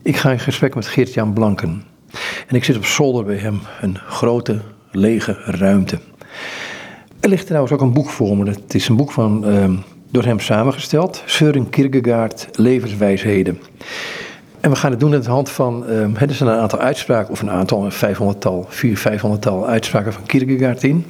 Ik ga in gesprek met Geert-Jan Blanken. En ik zit op zolder bij hem, een grote, lege ruimte. Er ligt trouwens ook een boek voor me. Het is een boek door hem samengesteld. Søren Kierkegaard, Levenswijsheden. En we gaan het doen aan de hand van, er zijn een aantal uitspraken, of een 500-tal uitspraken van Kierkegaard in.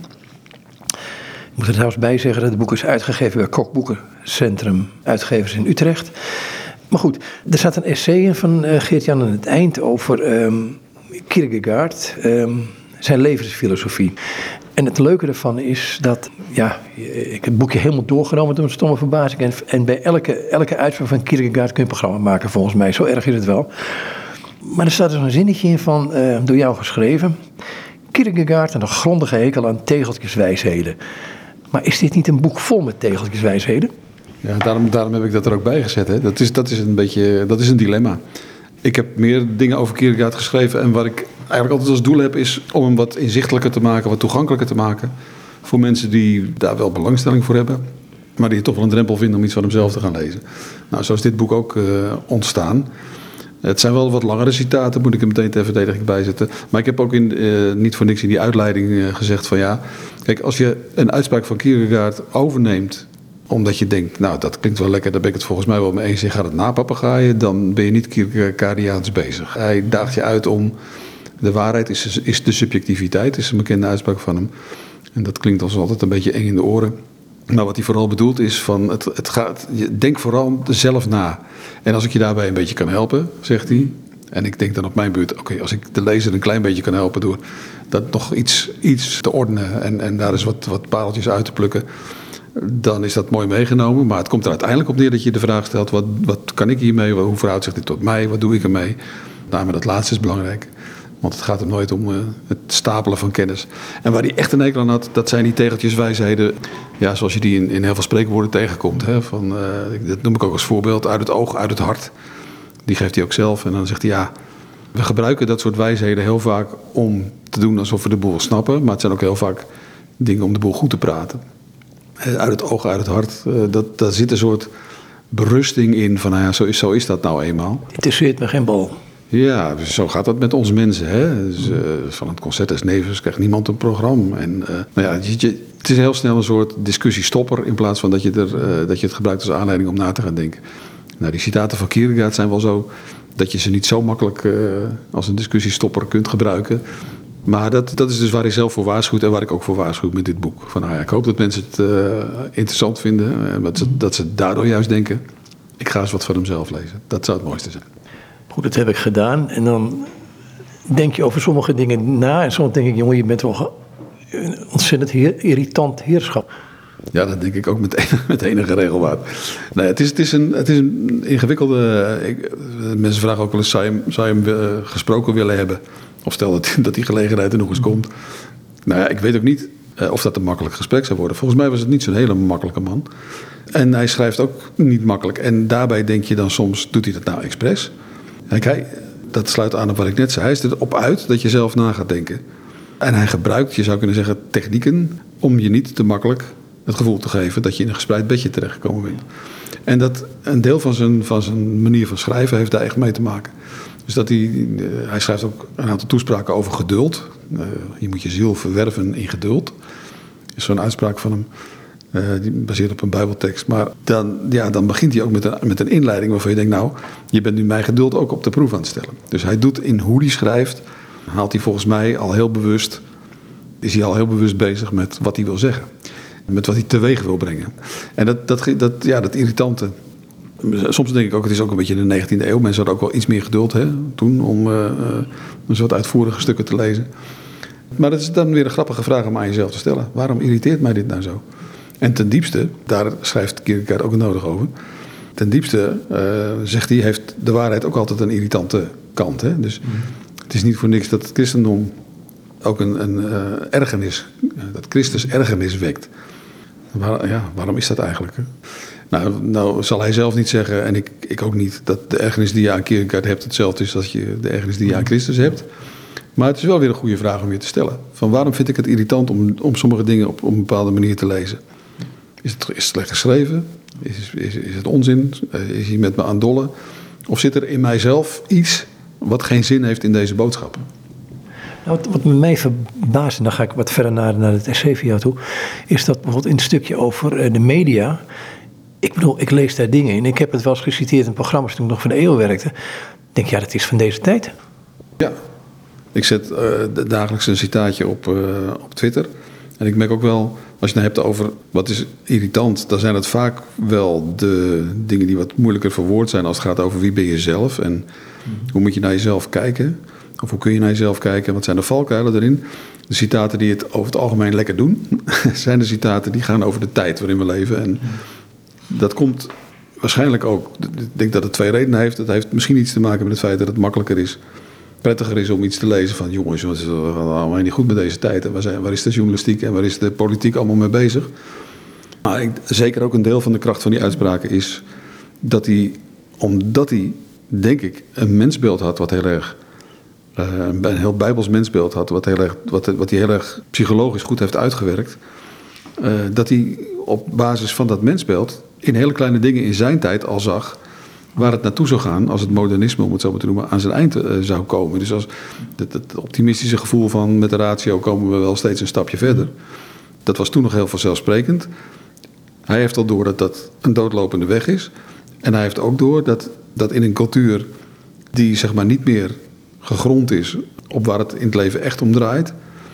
Ik moet er trouwens bij zeggen dat het boek is uitgegeven bij Kokboekencentrum, uitgevers in Utrecht. Maar goed, er staat een essay in van Geert-Jan aan het eind over Kierkegaard, zijn levensfilosofie. En het leuke ervan is dat, ik heb het boekje helemaal doorgenomen door een stomme verbazing. En bij elke uitspraak van Kierkegaard kun je een programma maken, volgens mij. Zo erg is het wel. Maar er staat dus een zinnetje in van, door jou geschreven. Kierkegaard had een grondige hekel aan tegeltjeswijsheden. Maar is dit niet een boek vol met tegeltjeswijsheden? Ja, daarom heb ik dat er ook bij gezet. Hè. Dat is een dilemma. Ik heb meer dingen over Kierkegaard geschreven. En wat ik eigenlijk altijd als doel heb, is om hem wat inzichtelijker te maken, wat toegankelijker te maken. Voor mensen die daar wel belangstelling voor hebben. Maar die het toch wel een drempel vinden om iets van hemzelf te gaan lezen. Nou, zo is dit boek ook ontstaan. Het zijn wel wat langere citaten, moet ik er meteen ter verdediging bijzetten. Maar ik heb ook niet voor niks in die uitleiding gezegd van ja. Kijk, als je een uitspraak van Kierkegaard overneemt, omdat je denkt, nou dat klinkt wel lekker, daar ben ik het volgens mij wel mee eens, je gaat het napapagaaien, dan ben je niet Kierkegaardiaans bezig. Hij daagt je uit om, de waarheid is de subjectiviteit, is een bekende uitspraak van hem. En dat klinkt ons altijd een beetje eng in de oren. Maar wat hij vooral bedoelt is van, denk vooral zelf na. En als ik je daarbij een beetje kan helpen, zegt hij. En ik denk dan op mijn beurt, oké, als ik de lezer een klein beetje kan helpen door dat nog iets te ordenen en daar eens wat pareltjes uit te plukken, dan is dat mooi meegenomen. Maar het komt er uiteindelijk op neer dat je de vraag stelt, wat kan ik hiermee? Hoe verhoudt zich dit tot mij? Wat doe ik ermee? Nou, maar dat laatste is belangrijk. Want het gaat hem nooit om het stapelen van kennis. En waar hij echt een hekel aan had, dat zijn die tegeltjeswijsheden, ja, zoals je die in heel veel spreekwoorden tegenkomt. Hè, dat noem ik ook als voorbeeld, uit het oog, uit het hart. Die geeft hij ook zelf. En dan zegt hij, ja, we gebruiken dat soort wijsheden heel vaak om te doen alsof we de boel snappen. Maar het zijn ook heel vaak dingen om de boel goed te praten. Uit het oog, uit het hart. Daar zit een soort berusting in van, nou ja, zo is dat nou eenmaal. Interesseert me geen bal. Ja, zo gaat dat met ons mensen. Hè? Dus, van het concert des nevens krijgt niemand een programma. En, het is heel snel een soort discussiestopper in plaats van dat je het gebruikt als aanleiding om na te gaan denken. Nou, die citaten van Kierkegaard zijn wel zo dat je ze niet zo makkelijk als een discussiestopper kunt gebruiken. Maar dat is dus waar ik zelf voor waarschuwt en waar ik ook voor waarschuw met dit boek. Van, ik hoop dat mensen het interessant vinden en dat ze daardoor juist denken, ik ga eens wat van hemzelf lezen. Dat zou het mooiste zijn. Goed, dat heb ik gedaan. En dan denk je over sommige dingen na. En soms denk ik, jongen, je bent wel een ontzettend irritant heerschap. Ja, dat denk ik ook met enige regelmaat. Nee, het is een ingewikkelde. Mensen vragen ook wel eens, zou je hem gesproken willen hebben? Of stel dat die gelegenheid er nog eens komt. Nou ja, ik weet ook niet of dat een makkelijk gesprek zou worden. Volgens mij was het niet zo'n hele makkelijke man. En hij schrijft ook niet makkelijk. En daarbij denk je dan soms, doet hij dat nou expres? Kijk, dat sluit aan op wat ik net zei. Hij is erop uit dat je zelf na gaat denken. En hij gebruikt, je zou kunnen zeggen, technieken om je niet te makkelijk het gevoel te geven dat je in een gespreid bedje terechtgekomen bent. En dat een deel van zijn manier van schrijven heeft daar echt mee te maken. Dus dat hij schrijft ook een aantal toespraken over geduld. Je moet je ziel verwerven in geduld. Is zo'n uitspraak van hem. Die baseert op een Bijbeltekst. Maar dan begint hij ook met een inleiding waarvan je denkt, nou, je bent nu mijn geduld ook op de proef aan het stellen. Dus hij doet in hoe hij schrijft, haalt hij volgens mij is hij al heel bewust bezig met wat hij wil zeggen. Met wat hij teweeg wil brengen. En dat irritante. Soms denk ik ook, het is ook een beetje in de 19e eeuw. Mensen hadden ook wel iets meer geduld toen om een soort uitvoerige stukken te lezen. Maar dat is dan weer een grappige vraag om aan jezelf te stellen. Waarom irriteert mij dit nou zo? En ten diepste, daar schrijft Kierkegaard ook nodig over. Ten diepste, zegt hij, heeft de waarheid ook altijd een irritante kant. Hè? Dus het is niet voor niks dat het christendom ook een ergernis, dat Christus ergernis wekt. Waarom is dat eigenlijk? Hè? Nou zal hij zelf niet zeggen, en ik ook niet, dat de ergernis die je aan Kierkegaard hebt hetzelfde is als de ergernis die je aan Christus hebt. Maar het is wel weer een goede vraag om je te stellen. Van waarom vind ik het irritant om sommige dingen op een bepaalde manier te lezen? Is het slecht geschreven? Is het onzin? Is hij met me aan dollen? Of zit er in mijzelf iets wat geen zin heeft in deze boodschap? Nou, wat mij verbaast, en dan ga ik wat verder naar het essay van jou toe, is dat bijvoorbeeld in het stukje over de media. Ik bedoel, ik lees daar dingen in. Ik heb het wel eens geciteerd in programma's toen ik nog voor de EO werkte. Ik denk, ja, dat is van deze tijd. Ja, ik zet dagelijks een citaatje op Twitter. En ik merk ook wel, als je het hebt over wat is irritant, dan zijn het vaak wel de dingen die wat moeilijker verwoord zijn als het gaat over wie ben je zelf en hoe moet je naar jezelf kijken. Of hoe kun je naar jezelf kijken? Wat zijn de valkuilen erin? De citaten die het over het algemeen lekker doen, zijn de citaten die gaan over de tijd waarin we leven. En dat komt waarschijnlijk ook, ik denk dat het twee redenen heeft. Het heeft misschien iets te maken met het feit dat het makkelijker is, prettiger is om iets te lezen van jongens, het is allemaal niet goed met deze tijd. En waar is de journalistiek en waar is de politiek allemaal mee bezig? Maar zeker ook een deel van de kracht van die uitspraken is dat hij, omdat hij, denk ik, een mensbeeld had wat heel erg, een heel bijbels mensbeeld had, wat hij heel erg psychologisch goed heeft uitgewerkt, dat hij op basis van dat mensbeeld in hele kleine dingen in zijn tijd al zag waar het naartoe zou gaan als het modernisme, om het zo maar te noemen, aan zijn eind zou komen. Dus als het optimistische gevoel van met de ratio komen we wel steeds een stapje verder. Dat was toen nog heel vanzelfsprekend. Hij heeft al door dat dat een doodlopende weg is. En hij heeft ook door dat in een cultuur die zeg maar niet meer gegrond is op waar het in het leven echt om draait,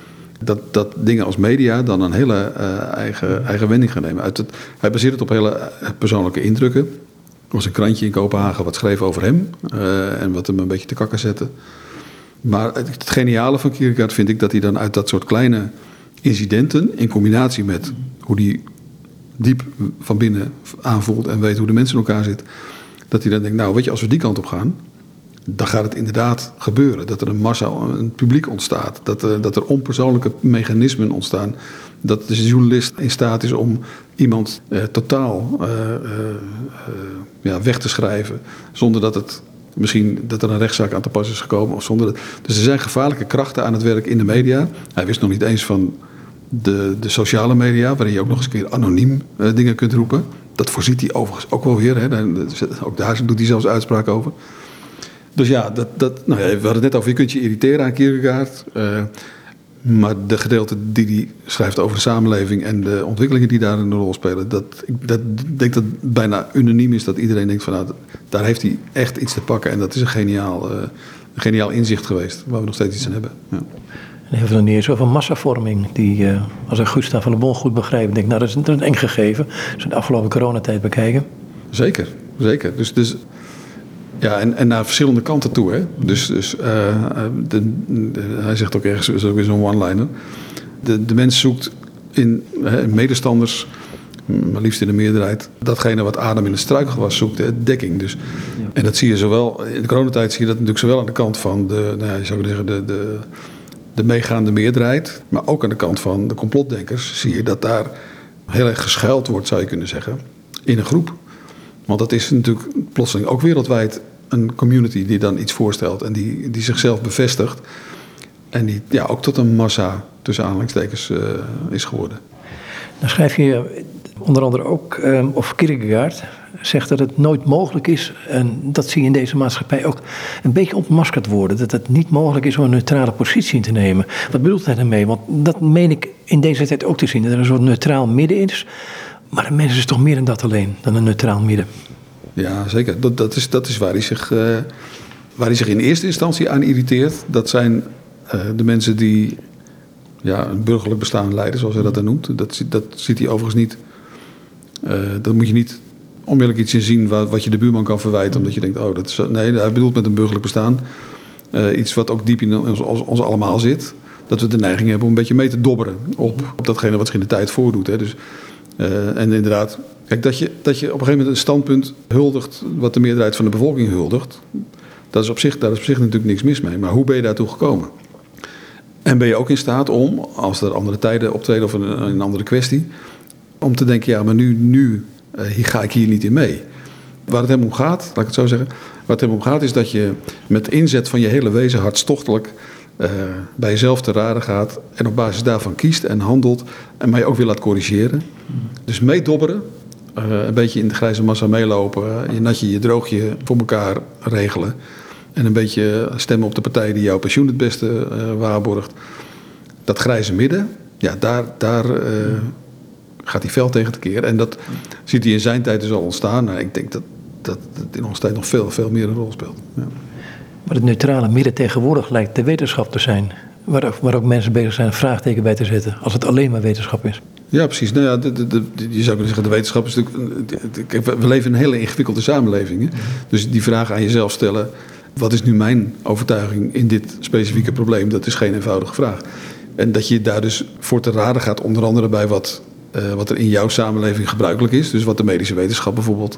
dat dingen als media dan een hele eigen wending gaan nemen. Hij baseert het op hele persoonlijke indrukken. Er was een krantje in Kopenhagen wat schreef over hem en wat hem een beetje te kakken zette. Maar het geniale van Kierkegaard vind ik dat hij dan uit dat soort kleine incidenten, in combinatie met hoe hij diep van binnen aanvoelt en weet hoe de mensen in elkaar zitten, dat hij dan denkt, nou weet je, als we die kant op gaan, dan gaat het inderdaad gebeuren. Dat er een publiek ontstaat. Dat er onpersoonlijke mechanismen ontstaan. Dat de journalist in staat is om iemand totaal weg te schrijven. Zonder dat er een rechtszaak aan te pas is gekomen. Dus er zijn gevaarlijke krachten aan het werk in de media. Hij wist nog niet eens van de sociale media, waarin je ook nog eens een keer anoniem dingen kunt roepen. Dat voorziet hij overigens ook wel weer. Hè. Ook daar doet hij zelfs uitspraak over. Dus ja, we hadden het net over, je kunt je irriteren aan Kierkegaard. Maar de gedeelte die hij schrijft over de samenleving en de ontwikkelingen die daar een rol spelen, ik denk dat bijna unaniem is dat iedereen denkt van, nou, daar heeft hij echt iets te pakken. En dat is een geniaal inzicht geweest, waar we nog steeds iets aan hebben. Ja. En heel veel niet eens over massavorming, die als ik Gustav van der Bon goed begrijp, denk ik, nou, dat is een eng gegeven. Als we de afgelopen coronatijd bekijken. Zeker. Dus ja, en naar verschillende kanten toe. Hè? Dus hij zegt ook ergens, is ook weer zo'n one-liner. De mens zoekt in medestanders, maar liefst in de meerderheid, datgene wat Adam in het struikelgewas zoekt, dekking. Dus. Ja. En dat zie je zowel, in de coronatijd zie je dat natuurlijk zowel aan de kant van de meegaande meerderheid, maar ook aan de kant van de complotdenkers zie je dat daar heel erg geschuild wordt, zou je kunnen zeggen, in een groep. Want dat is natuurlijk plotseling ook wereldwijd een community die dan iets voorstelt en die zichzelf bevestigt. En die ook tot een massa, tussen aanhalingstekens, is geworden. Dan schrijf je onder andere ook, of Kierkegaard zegt dat het nooit mogelijk is, en dat zie je in deze maatschappij ook, een beetje ontmaskerd worden. Dat het niet mogelijk is om een neutrale positie in te nemen. Wat bedoelt hij daarmee? Want dat meen ik in deze tijd ook te zien, dat er een soort neutraal midden is. Maar de mens is toch meer dan dat alleen, dan een neutraal midden. Ja, zeker. Dat is waar hij zich in eerste instantie aan irriteert. Dat zijn de mensen die een burgerlijk bestaan leiden, zoals hij dat dan noemt. Dat ziet hij overigens niet. Dat moet je niet onmiddellijk iets in zien wat je de buurman kan verwijten. Omdat je denkt, nee, hij bedoelt met een burgerlijk bestaan iets wat ook diep in ons allemaal zit. Dat we de neiging hebben om een beetje mee te dobberen op datgene wat zich in de tijd voordoet. Hè. Dus, en inderdaad, kijk, dat je op een gegeven moment een standpunt huldigt wat de meerderheid van de bevolking huldigt, daar is op zich natuurlijk niks mis mee. Maar hoe ben je daartoe gekomen? En ben je ook in staat om, als er andere tijden optreden of een andere kwestie, om te denken, ja, maar nu ga ik hier niet in mee. Waar het hem om gaat, laat ik het zo zeggen, waar het hem om gaat is dat je met inzet van je hele wezen hartstochtelijk bij jezelf te raden gaat en op basis daarvan kiest en handelt en maar je ook weer laat corrigeren. Dus meedobberen een beetje in de grijze massa meelopen, je natje, je droogje voor elkaar regelen en een beetje stemmen op de partij die jouw pensioen het beste waarborgt. Dat grijze midden, ja, daar gaat hij fel tegen tekeer. En dat ziet hij in zijn tijd dus al ontstaan. Nou, ik denk dat het in onze tijd nog veel meer een rol speelt. Ja. Maar het neutrale midden tegenwoordig lijkt de wetenschap te zijn. Waar ook mensen bezig zijn een vraagteken bij te zetten. Als het alleen maar wetenschap is. Ja, precies. Nou ja, je zou kunnen zeggen, de wetenschap is natuurlijk... We leven in een hele ingewikkelde samenleving. Hè? Dus die vraag aan jezelf stellen... Wat is nu mijn overtuiging in dit specifieke probleem? Dat is geen eenvoudige vraag. En dat je daar dus voor te raden gaat, onder andere bij wat er in jouw samenleving gebruikelijk is. Dus wat de medische wetenschap bijvoorbeeld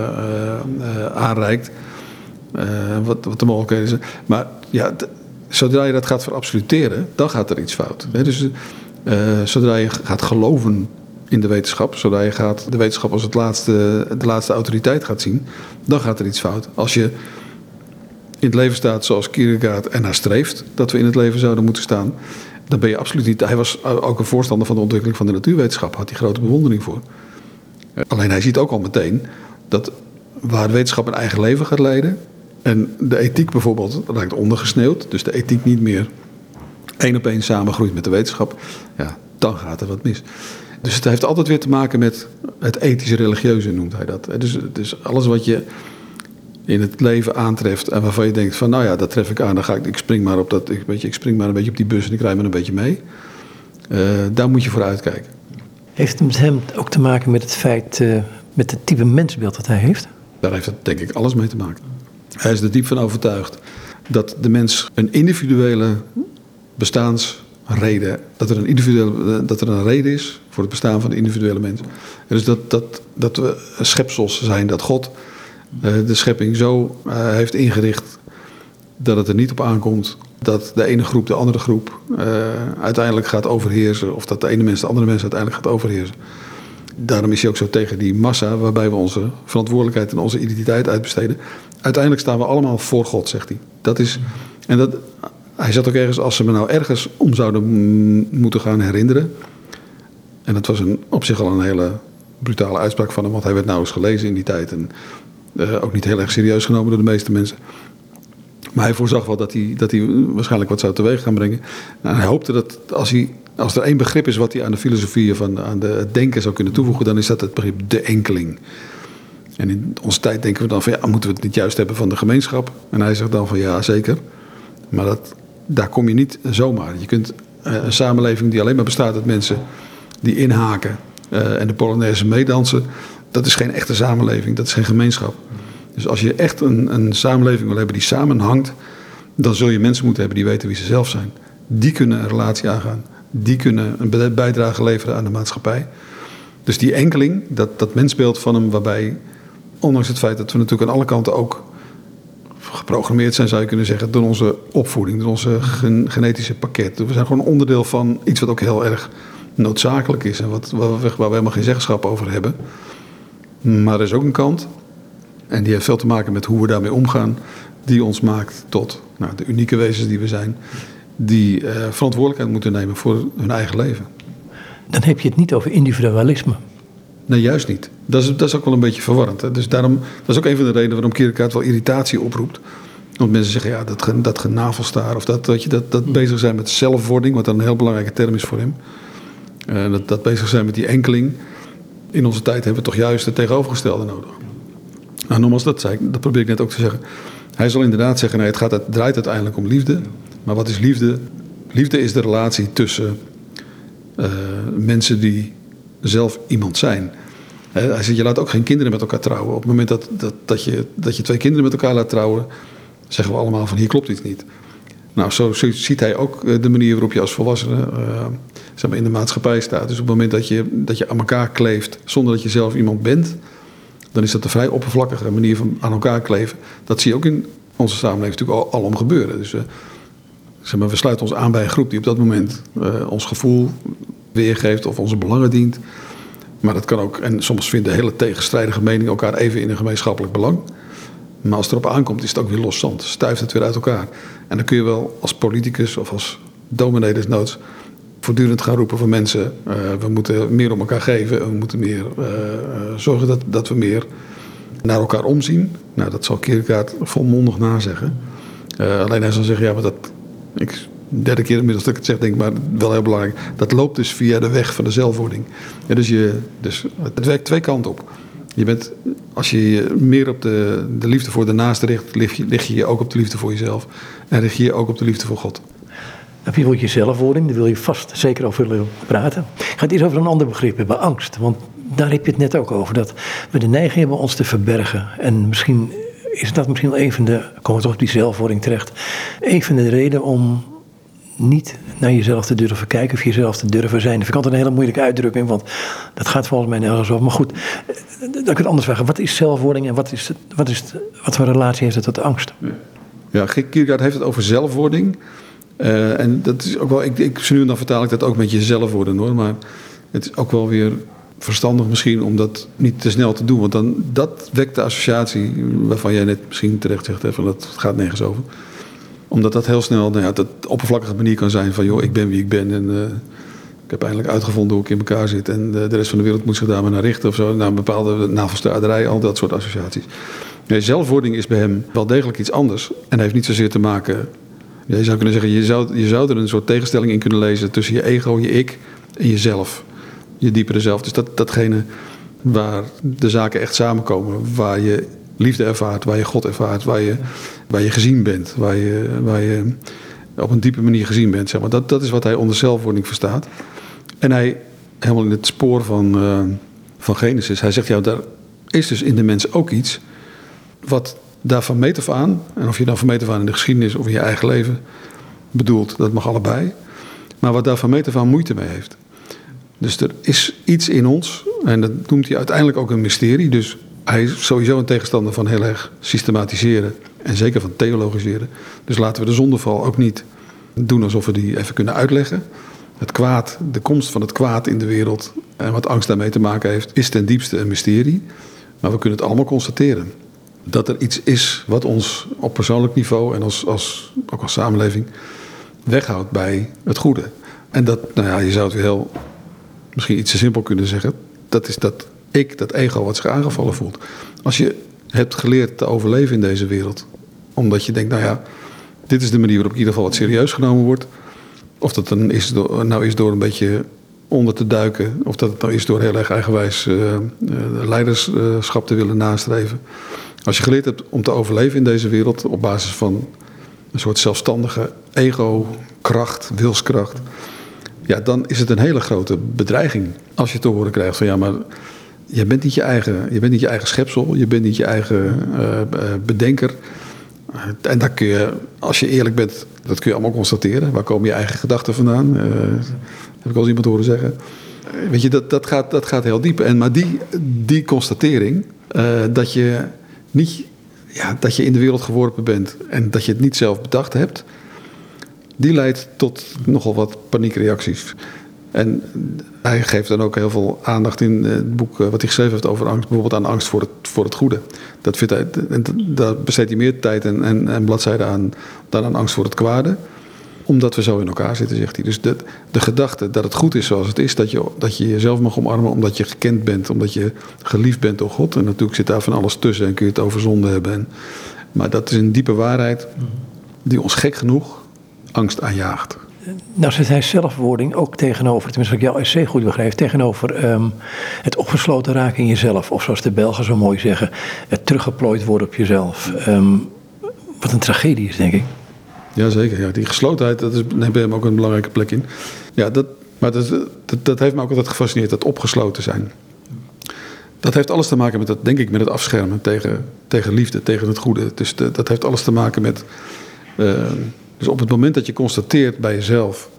aanreikt. Wat de mogelijkheden zijn. Maar ja, zodra je dat gaat verabsoluteren, dan gaat er iets fout. Dus zodra je gaat geloven in de wetenschap, zodra je de wetenschap als de laatste autoriteit gaat zien, dan gaat er iets fout. Als je in het leven staat zoals Kierkegaard ernaar streeft dat we in het leven zouden moeten staan, dan ben je absoluut niet... Hij was ook een voorstander van de ontwikkeling van de natuurwetenschap, had hij grote bewondering voor. Alleen hij ziet ook al meteen dat waar de wetenschap een eigen leven gaat leiden en de ethiek bijvoorbeeld raakt ondergesneeuwd, dus de ethiek niet meer 1 op 1 samengroeit met de wetenschap, ja, dan gaat er wat mis. Dus het heeft altijd weer te maken met het ethisch-religieuze, noemt hij dat. Dus alles wat je in het leven aantreft en waarvan je denkt van, nou ja, dat tref ik aan, dan ik spring maar een beetje op die bus en ik rijd maar een beetje mee. Daar moet je voor uitkijken. Heeft het met hem ook te maken met het feit, met het type mensbeeld dat hij heeft? Daar heeft het denk ik alles mee te maken. Hij is er diep van overtuigd dat de mens een individuele bestaansreden, dat er een reden is voor het bestaan van de individuele mens. Dus dat we schepsels zijn, dat God de schepping zo heeft ingericht dat het er niet op aankomt dat de ene groep de andere groep uiteindelijk gaat overheersen, of dat de ene mens de andere mens uiteindelijk gaat overheersen. Daarom is hij ook zo tegen die massa waarbij we onze verantwoordelijkheid en onze identiteit uitbesteden. Uiteindelijk staan we allemaal voor God, zegt hij. Hij zat ook ergens, als ze me nou ergens om zouden moeten gaan herinneren. En dat was op zich al een hele brutale uitspraak van hem, want hij werd nauwelijks gelezen in die tijd. En ook niet heel erg serieus genomen door de meeste mensen. Maar hij voorzag wel dat hij waarschijnlijk wat zou teweeg gaan brengen. Nou, hij hoopte dat als er één begrip is wat hij aan de filosofie of aan het denken zou kunnen toevoegen, dan is dat het begrip de enkeling. En in onze tijd denken we dan van, ja, moeten we het niet juist hebben van de gemeenschap? En hij zegt dan van, ja, zeker. Maar daar kom je niet zomaar. Je kunt een samenleving die alleen maar bestaat uit mensen die inhaken en de Polonaise meedansen, dat is geen echte samenleving, dat is geen gemeenschap. Dus als je echt een samenleving wil hebben die samenhangt, dan zul je mensen moeten hebben die weten wie ze zelf zijn. Die kunnen een relatie aangaan. Die kunnen een bijdrage leveren aan de maatschappij. Dus die enkeling, dat mensbeeld van hem, waarbij, ondanks het feit dat we natuurlijk aan alle kanten ook geprogrammeerd zijn, zou je kunnen zeggen, door onze opvoeding, door onze genetische pakket. We zijn gewoon onderdeel van iets wat ook heel erg noodzakelijk is en waar we helemaal geen zeggenschap over hebben. Maar er is ook een kant, en die heeft veel te maken met hoe we daarmee omgaan, die ons maakt tot de unieke wezens die we zijn, die verantwoordelijkheid moeten nemen voor hun eigen leven. Dan heb je het niet over individualisme. Nee, juist niet. Dat is ook wel een beetje verwarrend. Hè? Dus daarom, dat is ook een van de redenen waarom Kierkegaard wel irritatie oproept. Want mensen zeggen, ja, dat genavelstaar, of dat bezig zijn met zelfwording, wat dan een heel belangrijke term is voor hem. Dat bezig zijn met die enkeling. In onze tijd hebben we toch juist het tegenovergestelde nodig. Nou, nogmaals, dat probeer ik net ook te zeggen. Hij zal inderdaad zeggen, nee, het draait uiteindelijk om liefde. Maar wat is liefde? Liefde is de relatie tussen mensen die zelf iemand zijn. Hij zegt, je laat ook geen kinderen met elkaar trouwen. Op het moment dat je 2 kinderen met elkaar laat trouwen, zeggen we allemaal van, hier klopt iets niet. Nou, zo ziet hij ook de manier waarop je als volwassene in de maatschappij staat. Dus op het moment dat je aan elkaar kleeft zonder dat je zelf iemand bent, dan is dat een vrij oppervlakkige manier van aan elkaar kleven. Dat zie je ook in onze samenleving natuurlijk alom gebeuren. Dus we sluiten ons aan bij een groep die op dat moment ons gevoel weergeeft of onze belangen dient. Maar dat kan ook, en soms vinden hele tegenstrijdige meningen elkaar even in een gemeenschappelijk belang. Maar als het erop aankomt, is het ook weer los zand. Stuift het weer uit elkaar. En dan kun je wel als politicus of als dominee desnoods voortdurend gaan roepen van mensen. We moeten meer om elkaar geven. We moeten meer zorgen dat we meer naar elkaar omzien. Nou, dat zal Kierkegaard volmondig nazeggen. Alleen hij zal zeggen, ja, maar dat... Derde keer inmiddels dat ik het zeg, denk ik, maar wel heel belangrijk. Dat loopt dus via de weg van de zelfwording. Ja, dus het werkt twee kanten op. Als je je meer op de liefde voor de naaste richt, lig je ook op de liefde voor jezelf. En richt je je ook op de liefde voor God. Heb je woordje zelfwording, daar wil je vast zeker over willen praten. Ik ga het eerst over een ander begrip hebben, angst. Want daar heb je het net ook over, dat we de neiging hebben ons te verbergen. En misschien is dat misschien wel komen we toch op die zelfwording terecht. Een van de redenen om niet naar jezelf te durven kijken of jezelf te durven zijn. Dat vind ik altijd een hele moeilijke uitdrukking, want dat gaat volgens mij nergens over. Maar goed, dan kun je het anders vragen. Wat is zelfwording en wat voor relatie heeft het tot angst? Ja, Kierkegaard heeft het over zelfwording. En dat is ook wel, nu en dan vertaal ik dat ook met jezelf worden hoor. Maar het is ook wel weer verstandig misschien om dat niet te snel te doen. Want dan, dat wekt de associatie waarvan jij net misschien terecht zegt, van dat gaat nergens over. Omdat dat heel snel dat oppervlakkige manier kan zijn van joh, ik ben wie ik ben en ik heb eindelijk uitgevonden hoe ik in elkaar zit en de rest van de wereld moet zich daar maar naar richten of zo. Naar een bepaalde navelstaarderij, al dat soort associaties. Nee, zelfwording is bij hem wel degelijk iets anders en heeft niet zozeer te maken... Ja, je zou kunnen zeggen, je zou er een soort tegenstelling in kunnen lezen tussen je ego, je ik en jezelf. Je diepere zelf. Dus datgene waar de zaken echt samenkomen, waar je liefde ervaart, waar je God ervaart, waar je gezien bent, waar je op een diepe manier gezien bent. Zeg maar. Dat is wat hij onder zelfwording verstaat. En hij, helemaal in het spoor van Genesis, hij zegt, ja, daar is dus in de mens ook iets wat daar van meet af aan, en of je dan van meet af aan in de geschiedenis of in je eigen leven bedoelt, dat mag allebei, maar wat daar van meet af aan moeite mee heeft. Dus er is iets in ons, en dat noemt hij uiteindelijk ook een mysterie, dus hij is sowieso een tegenstander van heel erg systematiseren en zeker van theologiseren. Dus laten we de zondeval ook niet doen alsof we die even kunnen uitleggen. Het kwaad, de komst van het kwaad in de wereld en wat angst daarmee te maken heeft, is ten diepste een mysterie. Maar we kunnen het allemaal constateren. Dat er iets is wat ons op persoonlijk niveau en ook als samenleving weghoudt bij het goede. En dat, je zou het weer misschien iets te simpel kunnen zeggen. Dat is dat ego wat zich aangevallen voelt. Als je hebt geleerd te overleven in deze wereld, omdat je denkt, dit is de manier waarop in ieder geval wat serieus genomen wordt. Of dat dan is door een beetje onder te duiken, of dat het nou is door heel erg eigenwijs leiderschap te willen nastreven. Als je geleerd hebt om te overleven in deze wereld op basis van een soort zelfstandige ego-kracht, wilskracht, ja, dan is het een hele grote bedreiging als je te horen krijgt van maar je bent niet je eigen schepsel, je bent niet je eigen bedenker. En dat kun je, als je eerlijk bent, dat kun je allemaal constateren. Waar komen je eigen gedachten vandaan? Heb ik al eens iemand horen zeggen. Weet je, dat gaat heel diep. Maar die constatering, dat je in de wereld geworpen bent en dat je het niet zelf bedacht hebt, die leidt tot nogal wat paniekreacties. En hij geeft dan ook heel veel aandacht in het boek wat hij geschreven heeft over angst, bijvoorbeeld aan angst voor het goede. Daar besteedt hij meer tijd en bladzijden aan dan aan angst voor het kwade. Omdat we zo in elkaar zitten, zegt hij. Dus de gedachte dat het goed is zoals het is, dat je jezelf mag omarmen omdat je gekend bent, omdat je geliefd bent door God. En natuurlijk zit daar van alles tussen en kun je het over zonde hebben. Maar dat is een diepe waarheid die ons gek genoeg angst aanjaagt. Nou zet hij zelfwording ook tegenover, tenminste als ik jouw essay goed begrijp, tegenover het opgesloten raken in jezelf. Of zoals de Belgen zo mooi zeggen, het teruggeplooid worden op jezelf. Wat een tragedie is, denk ik. Jazeker, ja. Die geslotenheid, dat neemt bij hem ook een belangrijke plek in. Ja, dat heeft me ook altijd gefascineerd, dat opgesloten zijn. Dat heeft alles te maken met met het afschermen tegen liefde, tegen het goede. Dus dat heeft alles te maken met... Dus op het moment dat je constateert bij jezelf,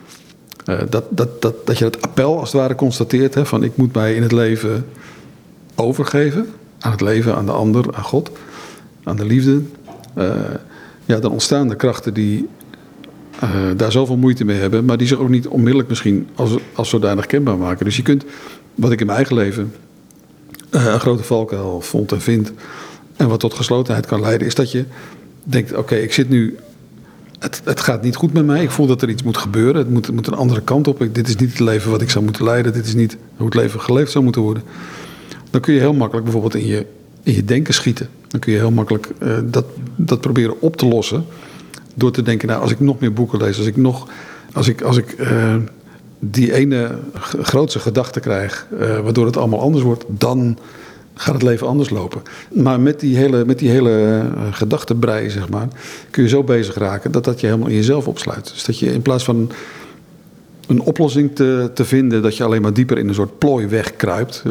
dat je het appel als het ware constateert, van ik moet mij in het leven overgeven, aan het leven, aan de ander, aan God, aan de liefde. Dan ontstaan de krachten die daar zoveel moeite mee hebben, maar die zich ook niet onmiddellijk misschien als zodanig kenbaar maken. Dus je kunt, wat ik in mijn eigen leven een grote valkuil vond en vind, en wat tot geslotenheid kan leiden, is dat je denkt, oké, ik zit nu het gaat niet goed met mij. Ik voel dat er iets moet gebeuren. Het moet een andere kant op. Dit is niet het leven wat ik zou moeten leiden. Dit is niet hoe het leven geleefd zou moeten worden. Dan kun je heel makkelijk bijvoorbeeld in je denken schieten. Dan kun je heel makkelijk dat proberen op te lossen. Door te denken, nou, als ik nog meer boeken lees. Als ik die ene grootste gedachte krijg. Waardoor het allemaal anders wordt. Dan gaat het leven anders lopen. Maar met die hele gedachtenbrei, zeg maar, kun je zo bezig raken dat je helemaal in jezelf opsluit. Dus dat je in plaats van een oplossing te vinden, dat je alleen maar dieper in een soort plooi wegkruipt.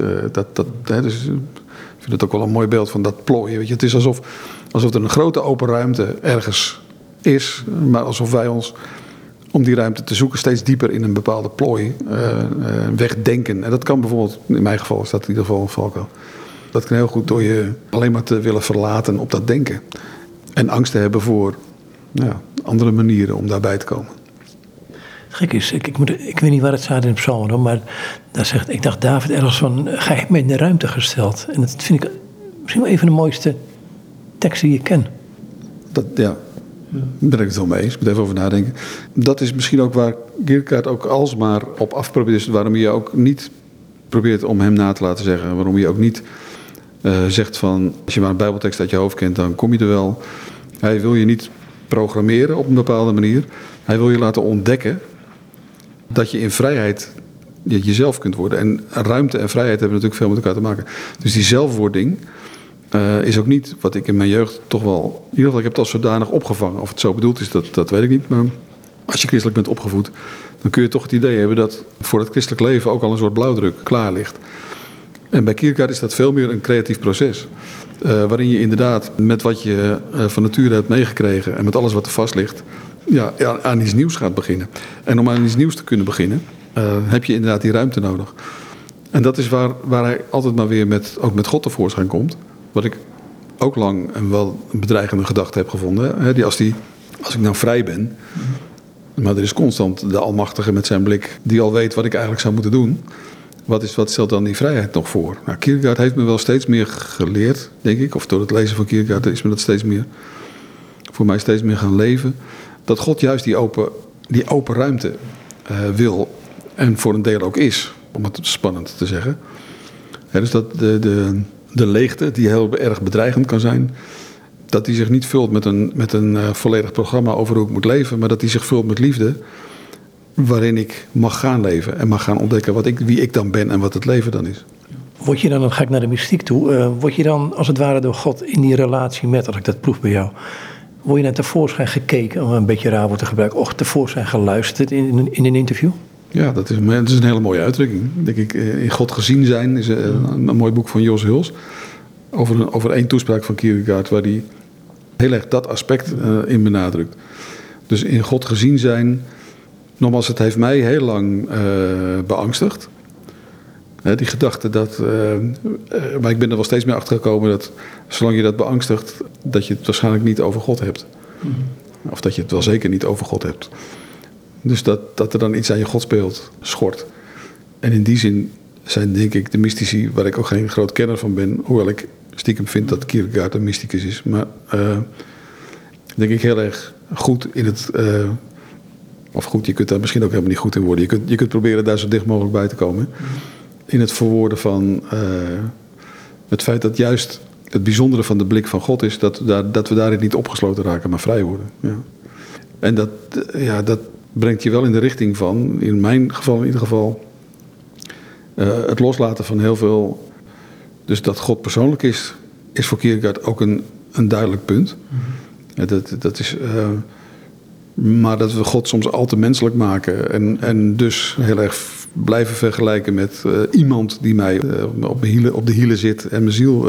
Dus ik vind het ook wel een mooi beeld van dat plooien. Weet je? Het is alsof er een grote open ruimte ergens is, maar alsof wij ons, om die ruimte te zoeken, steeds dieper in een bepaalde plooi wegdenken. En dat kan bijvoorbeeld, in mijn geval is dat in ieder geval een valkuil. Dat kan heel goed door je alleen maar te willen verlaten op dat denken. En angst te hebben voor andere manieren om daarbij te komen. Gek is, ik weet niet waar het staat in de psalm, maar ik dacht David ergens van, gij hebt mij in de ruimte gesteld. En dat vind ik misschien wel een van de mooiste teksten die ik ken. Daar ben ik het wel mee eens. Ik moet even over nadenken. Dat is misschien ook waar Kierkegaard ook alsmaar op afprobeert. Dus waarom je ook niet probeert om hem na te laten zeggen. Waarom je ook niet zegt van, als je maar een bijbeltekst uit je hoofd kent, dan kom je er wel. Hij wil je niet programmeren op een bepaalde manier. Hij wil je laten ontdekken dat je in vrijheid jezelf kunt worden. En ruimte en vrijheid hebben natuurlijk veel met elkaar te maken. Dus die zelfwording is ook niet wat ik in mijn jeugd toch wel, in ieder geval, ik heb het als zodanig opgevangen. Of het zo bedoeld is, dat weet ik niet. Maar als je christelijk bent opgevoed, dan kun je toch het idee hebben dat voor het christelijk leven ook al een soort blauwdruk klaar ligt. En bij Kierkegaard is dat veel meer een creatief proces. Waarin je inderdaad met wat je van nature hebt meegekregen en met alles wat er vast ligt, aan iets nieuws gaat beginnen. En om aan iets nieuws te kunnen beginnen, heb je inderdaad die ruimte nodig. En dat is waar hij altijd maar weer ook met God tevoorschijn komt. Wat ik ook lang en wel een bedreigende gedachte heb gevonden. Hè? Als ik nou vrij ben, maar er is constant de Almachtige met zijn blik die al weet wat ik eigenlijk zou moeten doen. Wat stelt dan die vrijheid nog voor? Nou, Kierkegaard heeft me wel steeds meer geleerd, denk ik. Of door het lezen van Kierkegaard is me dat voor mij steeds meer gaan leven. Dat God juist die open ruimte wil. En voor een deel ook is, om het spannend te zeggen. Dus dat de leegte, die heel erg bedreigend kan zijn, dat die zich niet vult met een volledig programma over hoe ik moet leven, maar dat die zich vult met liefde, waarin ik mag gaan leven en mag gaan ontdekken wie ik dan ben en wat het leven dan is. Word je dan ga ik naar de mystiek toe, word je dan als het ware door God in die relatie met, als ik dat proef bij jou, word je naar tevoorschijn gekeken, om een beetje raar woord te gebruiken, of tevoorschijn geluisterd in een interview? Ja, dat is een hele mooie uitdrukking. Denk ik, in God gezien zijn is een mooi boek van Jos Huls. Over één toespraak van Kierkegaard, waar hij heel erg dat aspect in benadrukt. Dus in God gezien zijn, nogmaals, het heeft mij heel lang beangstigd. Die gedachte maar ik ben er wel steeds meer achter gekomen dat zolang je dat beangstigt, dat je het waarschijnlijk niet over God hebt. Of dat je het wel zeker niet over God hebt. Dus dat er dan iets aan je God speelt, schort. En in die zin zijn, denk ik, de mystici, waar ik ook geen groot kenner van ben, hoewel ik stiekem vind dat Kierkegaard een mysticus is, maar denk ik heel erg goed in het, of goed, je kunt daar misschien ook helemaal niet goed in worden. Je kunt proberen daar zo dicht mogelijk bij te komen. In het verwoorden van het feit dat juist het bijzondere van de blik van God is dat we daarin niet opgesloten raken, maar vrij worden. Ja. En dat brengt je wel in de richting van, in mijn geval in ieder geval, het loslaten van heel veel. Dus dat God persoonlijk is voor Kierkegaard ook een duidelijk punt. Dat is, maar dat we God soms al te menselijk maken en dus heel erg blijven vergelijken met iemand die mij op de hielen zit en mijn ziel.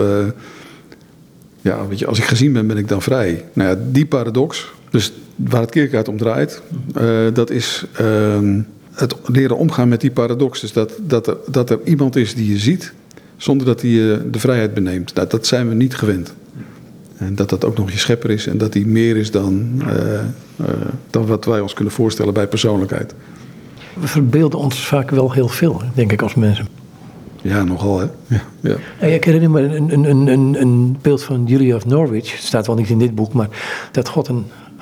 Weet je, als ik gezien ben ik dan vrij. Nou ja, die paradox, dus waar het Kierkegaard om draait, dat is het leren omgaan met die paradox. Dus dat er iemand is die je ziet, zonder dat hij je de vrijheid beneemt. Nou, dat zijn we niet gewend. En dat ook nog je schepper is en dat hij meer is dan wat wij ons kunnen voorstellen bij persoonlijkheid. We verbeelden ons vaak wel heel veel, denk ik, als mensen. Ja, nogal, hè? Ja. Ik herinner me een beeld van Julia of Norwich. Het staat wel niet in dit boek, maar dat God een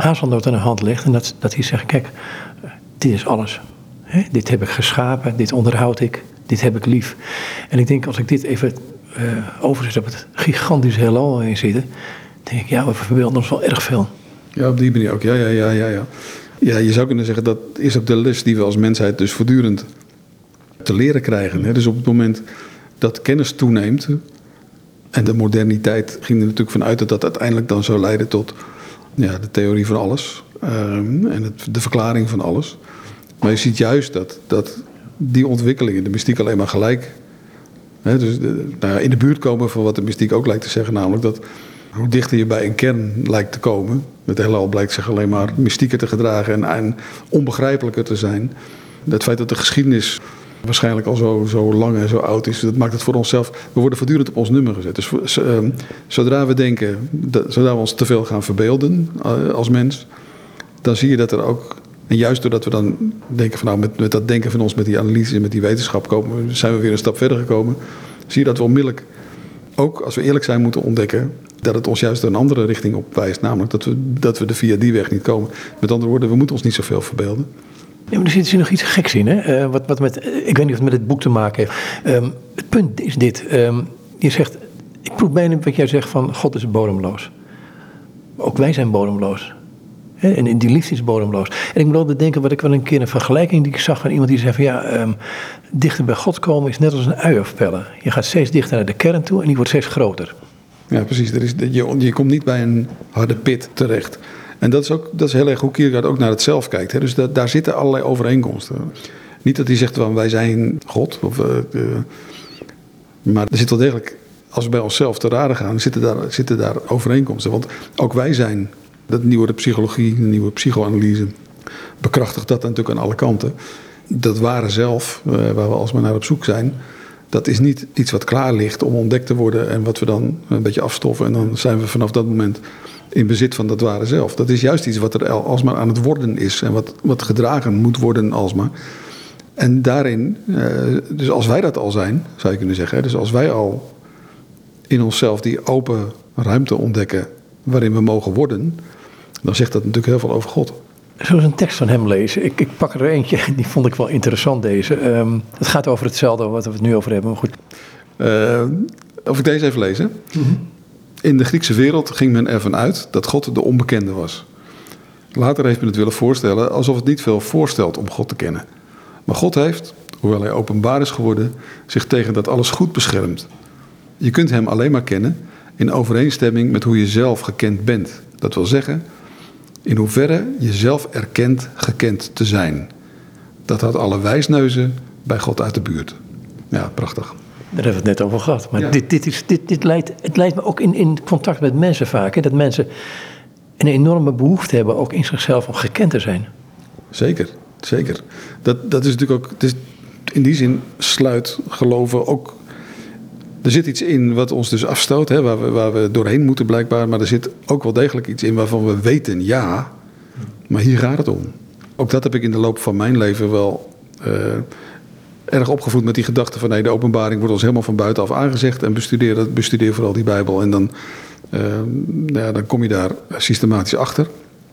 hazelnoot aan de hand legt en dat hij zegt, kijk, dit is alles. Hè? Dit heb ik geschapen, dit onderhoud ik, dit heb ik lief. En ik denk, als ik dit even overzet op het gigantische heelal waarin zitten, denk ik, ja, we verbeelden ons wel erg veel. Ja, op die manier ook. Ja. Ja, je zou kunnen zeggen, dat is ook de les die we als mensheid dus voortdurend te leren krijgen. Hè? Dus op het moment dat kennis toeneemt, en de moderniteit ging er natuurlijk vanuit dat dat uiteindelijk dan zou leiden tot de theorie van alles. En de verklaring van alles. Maar je ziet juist dat die ontwikkelingen de mystiek alleen maar gelijk. Dus in de buurt komen van wat de mystiek ook lijkt te zeggen. Namelijk dat hoe dichter je bij een kern lijkt te komen. Het heelal blijkt zich alleen maar mystieker te gedragen en onbegrijpelijker te zijn. Het feit dat de geschiedenis waarschijnlijk al zo lang en zo oud is. Dat maakt het voor onszelf. We worden voortdurend op ons nummer gezet. Dus zodra we denken, zodra we ons te veel gaan verbeelden als mens, dan zie je dat er ook. En juist doordat we dan denken van met dat denken van ons, met die analyse en met die wetenschap zijn we weer een stap verder gekomen. Zie je dat we onmiddellijk, ook als we eerlijk zijn, moeten ontdekken dat het ons juist een andere richting op wijst. Namelijk dat we er via die weg niet komen. Met andere woorden, we moeten ons niet zoveel verbeelden. Ja, maar er zit nog iets geks in, hè? Ik weet niet of het met het boek te maken heeft. Het punt is dit. Je zegt, ik proef bijna wat jij zegt van God is bodemloos. Ook wij zijn bodemloos. Hè? En die liefde is bodemloos. En ik moet altijd denken, wat ik wel een keer een vergelijking die ik zag van iemand die zei van dichter bij God komen is net als een ui afpellen. Je gaat steeds dichter naar de kern toe en die wordt steeds groter. Ja, precies. Je komt niet bij een harde pit terecht. En dat is heel erg hoe Kierkegaard ook naar het zelf kijkt. Hè? Dus daar zitten allerlei overeenkomsten. Niet dat hij zegt van wij zijn God. Maar er zit wel degelijk, als we bij onszelf te raden gaan, zitten daar overeenkomsten. Want ook wij zijn, dat nieuwe psychologie, de nieuwe psychoanalyse, bekrachtigt dat natuurlijk aan alle kanten. Dat ware zelf, waar we alsmaar naar op zoek zijn, dat is niet iets wat klaar ligt om ontdekt te worden en wat we dan een beetje afstoffen. En dan zijn we vanaf dat moment in bezit van dat ware zelf. Dat is juist iets wat er alsmaar aan het worden is en wat gedragen moet worden alsmaar. En daarin, dus als wij dat al zijn, zou je kunnen zeggen, dus als wij al in onszelf die open ruimte ontdekken waarin we mogen worden, dan zegt dat natuurlijk heel veel over God. Zullen we een tekst van hem lezen? Ik pak er eentje, die vond ik wel interessant deze. Het gaat over hetzelfde wat we het nu over hebben, maar goed. Of ik deze even lezen? Mm-hmm. In de Griekse wereld ging men ervan uit dat God de onbekende was. Later heeft men het willen voorstellen alsof het niet veel voorstelt om God te kennen. Maar God heeft, hoewel hij openbaar is geworden, zich tegen dat alles goed beschermd. Je kunt hem alleen maar kennen in overeenstemming met hoe je zelf gekend bent. Dat wil zeggen, in hoeverre je zelf erkent gekend te zijn. Dat had alle wijsneuzen bij God uit de buurt. Ja, prachtig. Daar hebben we het net over gehad. Maar ja. Het leidt me ook in contact met mensen vaak. Hè, dat mensen een enorme behoefte hebben ook in zichzelf om gekend te zijn. Zeker. Dat is natuurlijk ook. In die zin sluit geloven ook. Er zit iets in wat ons dus afstoot, hè, waar we doorheen moeten blijkbaar. Maar er zit ook wel degelijk iets in waarvan we weten, ja, maar hier gaat het om. Ook dat heb ik in de loop van mijn leven wel erg opgevoed met die gedachte van nee, de openbaring wordt ons helemaal van buitenaf aangezegd en bestudeer vooral die Bijbel. En dan kom je daar systematisch achter.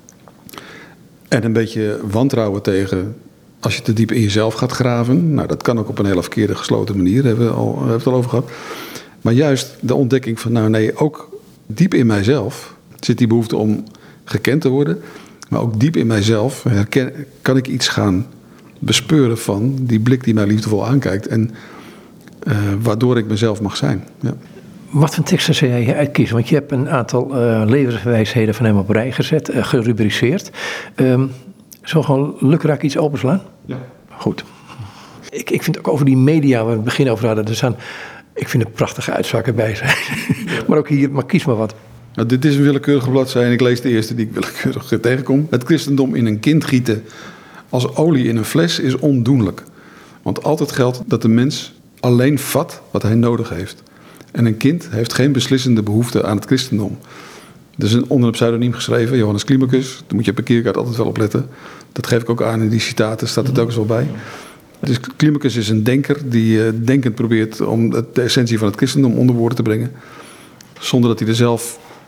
En een beetje wantrouwen tegen als je te diep in jezelf gaat graven. Nou, dat kan ook op een hele verkeerde gesloten manier, hebben we het al over gehad. Maar juist de ontdekking van nou nee, ook diep in mijzelf zit die behoefte om gekend te worden. Maar ook diep in mijzelf kan ik iets gaan bespeuren van die blik die mij liefdevol aankijkt. En waardoor ik mezelf mag zijn. Ja. Wat voor teksten zou jij uitkiezen? Want je hebt een aantal levenswijsheden van hem op rij gezet, gerubriceerd. Zullen we gewoon lukraak iets openslaan? Ja. Goed. Ik vind ook over die media, waar we het begin over hadden, ik vind er prachtige uitzakken bij zijn. Ja. Maar ook hier, maar kies maar wat. Nou, dit is een willekeurige bladzijde en ik lees de eerste die ik willekeurig tegenkom. Het christendom in een kind gieten als olie in een fles is ondoenlijk. Want altijd geldt dat de mens alleen vat wat hij nodig heeft. En een kind heeft geen beslissende behoefte aan het christendom. Er is onder een pseudoniem geschreven, Johannes Climacus. Daar moet je op een Kierkegaard altijd wel op letten. Dat geef ik ook aan in die citaten, staat het ook eens wel bij. Dus Climacus is een denker die denkend probeert om de essentie van het christendom onder woorden te brengen. Zonder dat hij er zelf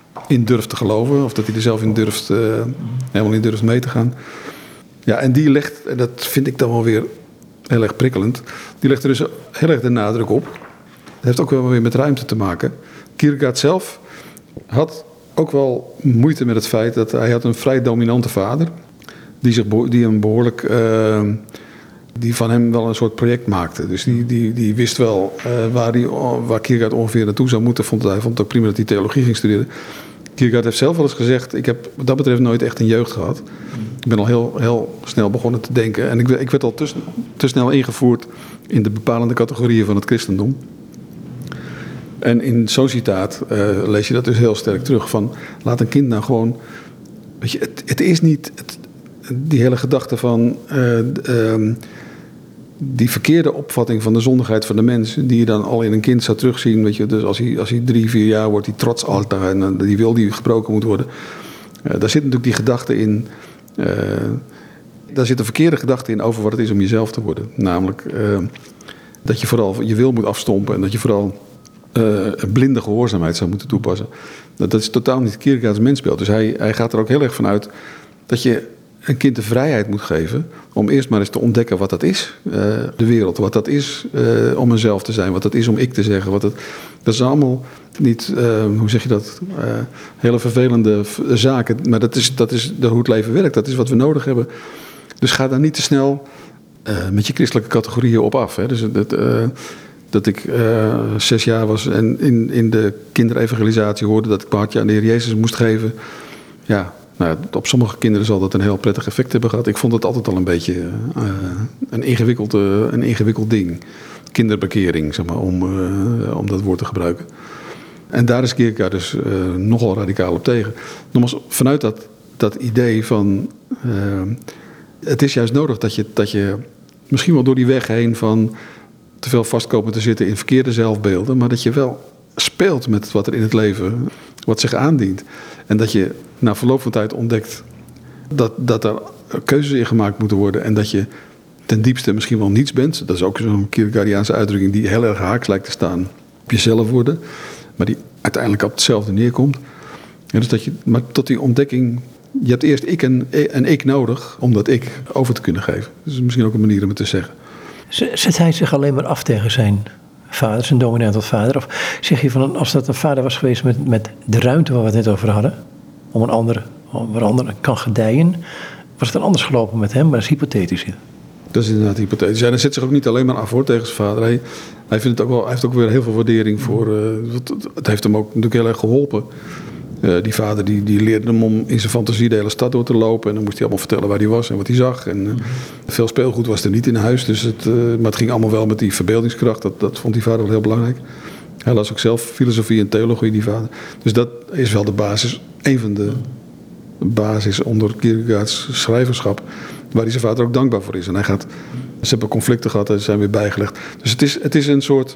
in durft te geloven. Of dat hij er zelf in durft, helemaal in durft mee te gaan. Ja, en die legt, en dat vind ik dan wel weer heel erg prikkelend. Die legt er dus heel erg de nadruk op. Het heeft ook wel weer met ruimte te maken. Kierkegaard zelf had ook wel moeite met het feit dat hij had een vrij dominante vader. Die hem behoorlijk... die van hem wel een soort project maakte. Dus die wist wel waar Kierkegaard ongeveer naartoe zou moeten. Hij vond het ook prima dat hij theologie ging studeren. Kierkegaard heeft zelf wel eens gezegd... ik heb wat dat betreft nooit echt een jeugd gehad. Ik ben al heel snel begonnen te denken. En ik werd al te snel ingevoerd in de bepalende categorieën van het christendom. En in zo'n citaat lees je dat dus heel sterk terug. Van, laat een kind nou gewoon... Weet je, het is niet... die hele gedachte van... die verkeerde opvatting van de zondigheid van de mens... die je dan al in een kind zou terugzien. Weet je, dus als hij 3-4 jaar wordt, die trots altaar... en die wil die gebroken moet worden. Daar zit natuurlijk die gedachte in... daar zit een verkeerde gedachte in over wat het is om jezelf te worden. Namelijk dat je vooral je wil moet afstompen... en dat je vooral blinde gehoorzaamheid zou moeten toepassen. Dat is totaal niet Kierkegaards mensbeeld. Dus hij gaat er ook heel erg van uit... dat je een kind de vrijheid moet geven om eerst maar eens te ontdekken wat dat is, de wereld. Wat dat is om mezelf te zijn, wat dat is om ik te zeggen. Dat is allemaal niet, hoe zeg je dat, hele vervelende zaken. Maar dat is hoe het leven werkt, dat is wat we nodig hebben. Dus ga daar niet te snel met je christelijke categorieën op af. Hè. Dus dat ik 6 jaar was en in de kinderevangelisatie hoorde dat ik mijn hartje aan de Heer Jezus moest geven. Ja. Nou, op sommige kinderen zal dat een heel prettig effect hebben gehad. Ik vond het altijd al een beetje een ingewikkeld ding. Kinderbekering, zeg maar, om dat woord te gebruiken. En daar is Kierkegaard dus nogal radicaal op tegen. Nogmaals, vanuit dat idee van... het is juist nodig dat je misschien wel door die weg heen van te veel vastkomen te zitten in verkeerde zelfbeelden, maar dat je wel speelt met wat er in het leven, wat zich aandient. En dat je na verloop van tijd ontdekt dat er keuzes in gemaakt moeten worden en dat je ten diepste misschien wel niets bent. Dat is ook zo'n Kierkegaardiaanse uitdrukking die heel erg haaks lijkt te staan op jezelf worden, maar die uiteindelijk op hetzelfde neerkomt. En dus maar tot die ontdekking, je hebt eerst een ik nodig om dat ik over te kunnen geven. Dat is misschien ook een manier om het te zeggen. Zet hij zich alleen maar af tegen zijn vader, zijn dominante vader? Of zeg je van, als dat een vader was geweest met de ruimte waar we het net over hadden, om waar een ander kan gedijen, was het dan anders gelopen met hem? Maar dat is hypothetisch. Ja. Dat is inderdaad hypothetisch. En hij zet zich ook niet alleen maar af tegen zijn vader. Hij vindt het ook wel, hij heeft ook weer heel veel waardering voor. Het heeft hem ook natuurlijk heel erg geholpen. Die vader die leerde hem om in zijn fantasie de hele stad door te lopen. En dan moest hij allemaal vertellen waar hij was en wat hij zag. En veel speelgoed was er niet in huis. Dus maar het ging allemaal wel met die verbeeldingskracht. Dat vond die vader wel heel belangrijk. Hij las ook zelf filosofie en theologie, die vader. Dus dat is wel de basis. Een van de basis onder Kierkegaards schrijverschap. Waar hij zijn vader ook dankbaar voor is. En ze hebben conflicten gehad en ze zijn weer bijgelegd. Dus het is een soort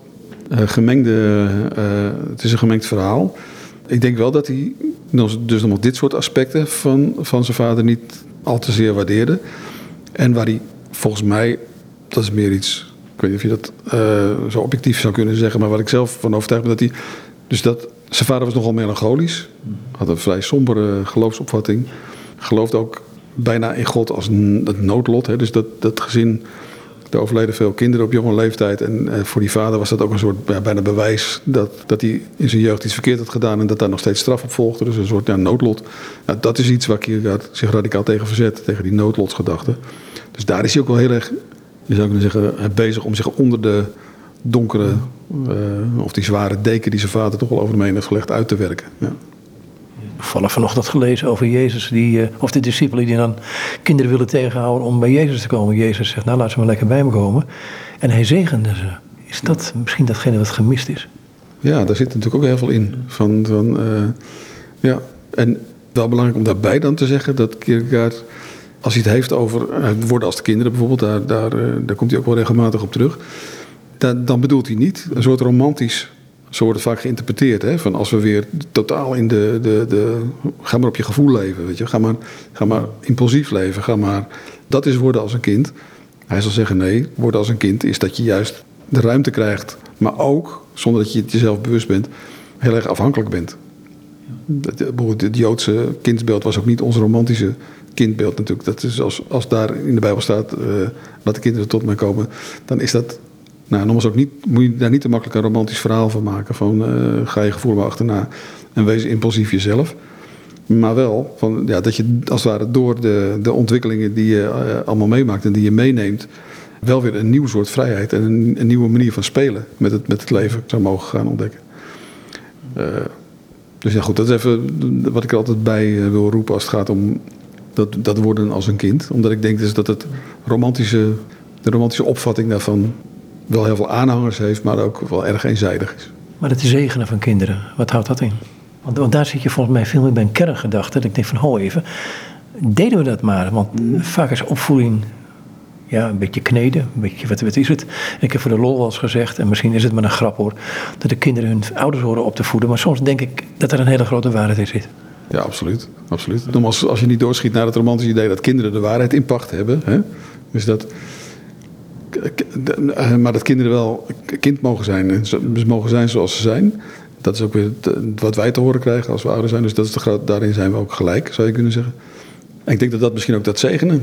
het is een gemengd verhaal. Ik denk wel dat hij dus nog dit soort aspecten van zijn vader niet al te zeer waardeerde. En waar hij volgens mij, dat is meer iets, ik weet niet of je dat zo objectief zou kunnen zeggen, maar waar ik zelf van overtuigd ben dat zijn vader was nogal melancholisch, had een vrij sombere geloofsopvatting, geloofde ook bijna in God als het noodlot. Hè? Dus dat gezin, er overleden veel kinderen op jonge leeftijd. En voor die vader was dat ook een soort bijna bewijs dat hij in zijn jeugd iets verkeerd had gedaan en dat daar nog steeds straf op volgde. Dus een soort noodlot. Nou, dat is iets waar Kierkegaard zich radicaal tegen verzet, tegen die noodlotsgedachte. Dus daar is hij ook wel heel erg, je zou kunnen zeggen, bezig om zich onder de donkere of die zware deken die zijn vader toch wel over hem heen heeft gelegd uit te werken. Ja. Toevallig vanochtend gelezen over Jezus, of de discipelen die dan kinderen willen tegenhouden om bij Jezus te komen. Jezus zegt, nou laat ze maar lekker bij me komen. En hij zegende ze. Is dat misschien datgene wat gemist is? Ja, daar zit natuurlijk ook heel veel in. Ja. En wel belangrijk om daarbij dan te zeggen dat Kierkegaard, als hij het heeft over worden als de kinderen bijvoorbeeld, daar komt hij ook wel regelmatig op terug. Dan bedoelt hij niet een soort romantisch. Zo wordt het vaak geïnterpreteerd. Hè? Van als we weer totaal in ga maar op je gevoel leven. Weet je? Ga maar impulsief leven. Dat is worden als een kind. Hij zal zeggen nee, worden als een kind is dat je juist de ruimte krijgt. Maar ook, zonder dat je het jezelf bewust bent, heel erg afhankelijk bent. Het Joodse kindbeeld was ook niet ons romantische kindbeeld natuurlijk. Dat is als daar in de Bijbel staat, laat de kinderen tot mij komen, dan is dat, nogmaals ook niet, moet je daar niet te makkelijk een romantisch verhaal van maken. Van ga je gevoel maar achterna en wees impulsief jezelf. Maar wel dat je als het ware door de ontwikkelingen die je allemaal meemaakt en die je meeneemt, wel weer een nieuw soort vrijheid en een nieuwe manier van spelen met het leven zou mogen gaan ontdekken. Dus ja goed, dat is even wat ik er altijd bij wil roepen als het gaat om dat worden als een kind. Omdat ik denk dus dat de romantische opvatting daarvan wel heel veel aanhangers heeft, maar ook wel erg eenzijdig is. Maar het zegenen van kinderen, wat houdt dat in? Want daar zit je volgens mij veel meer bij een kerngedachte. Dat ik denk van, ho even, deden we dat maar? Want vaak is opvoeding een beetje kneden, een beetje, wat is het? Ik heb voor de lol wel eens gezegd, en misschien is het maar een grap hoor, dat de kinderen hun ouders horen op te voeden. Maar soms denk ik dat er een hele grote waarheid in zit. Ja, absoluut. Als je niet doorschiet naar het romantische idee dat kinderen de waarheid in pacht hebben. Hè? Dus maar dat kinderen wel kind mogen zijn. En ze mogen zijn zoals ze zijn. Dat is ook weer wat wij te horen krijgen als we ouder zijn. Dus dat is daarin zijn we ook gelijk, zou je kunnen zeggen. En ik denk dat misschien ook dat zegenen.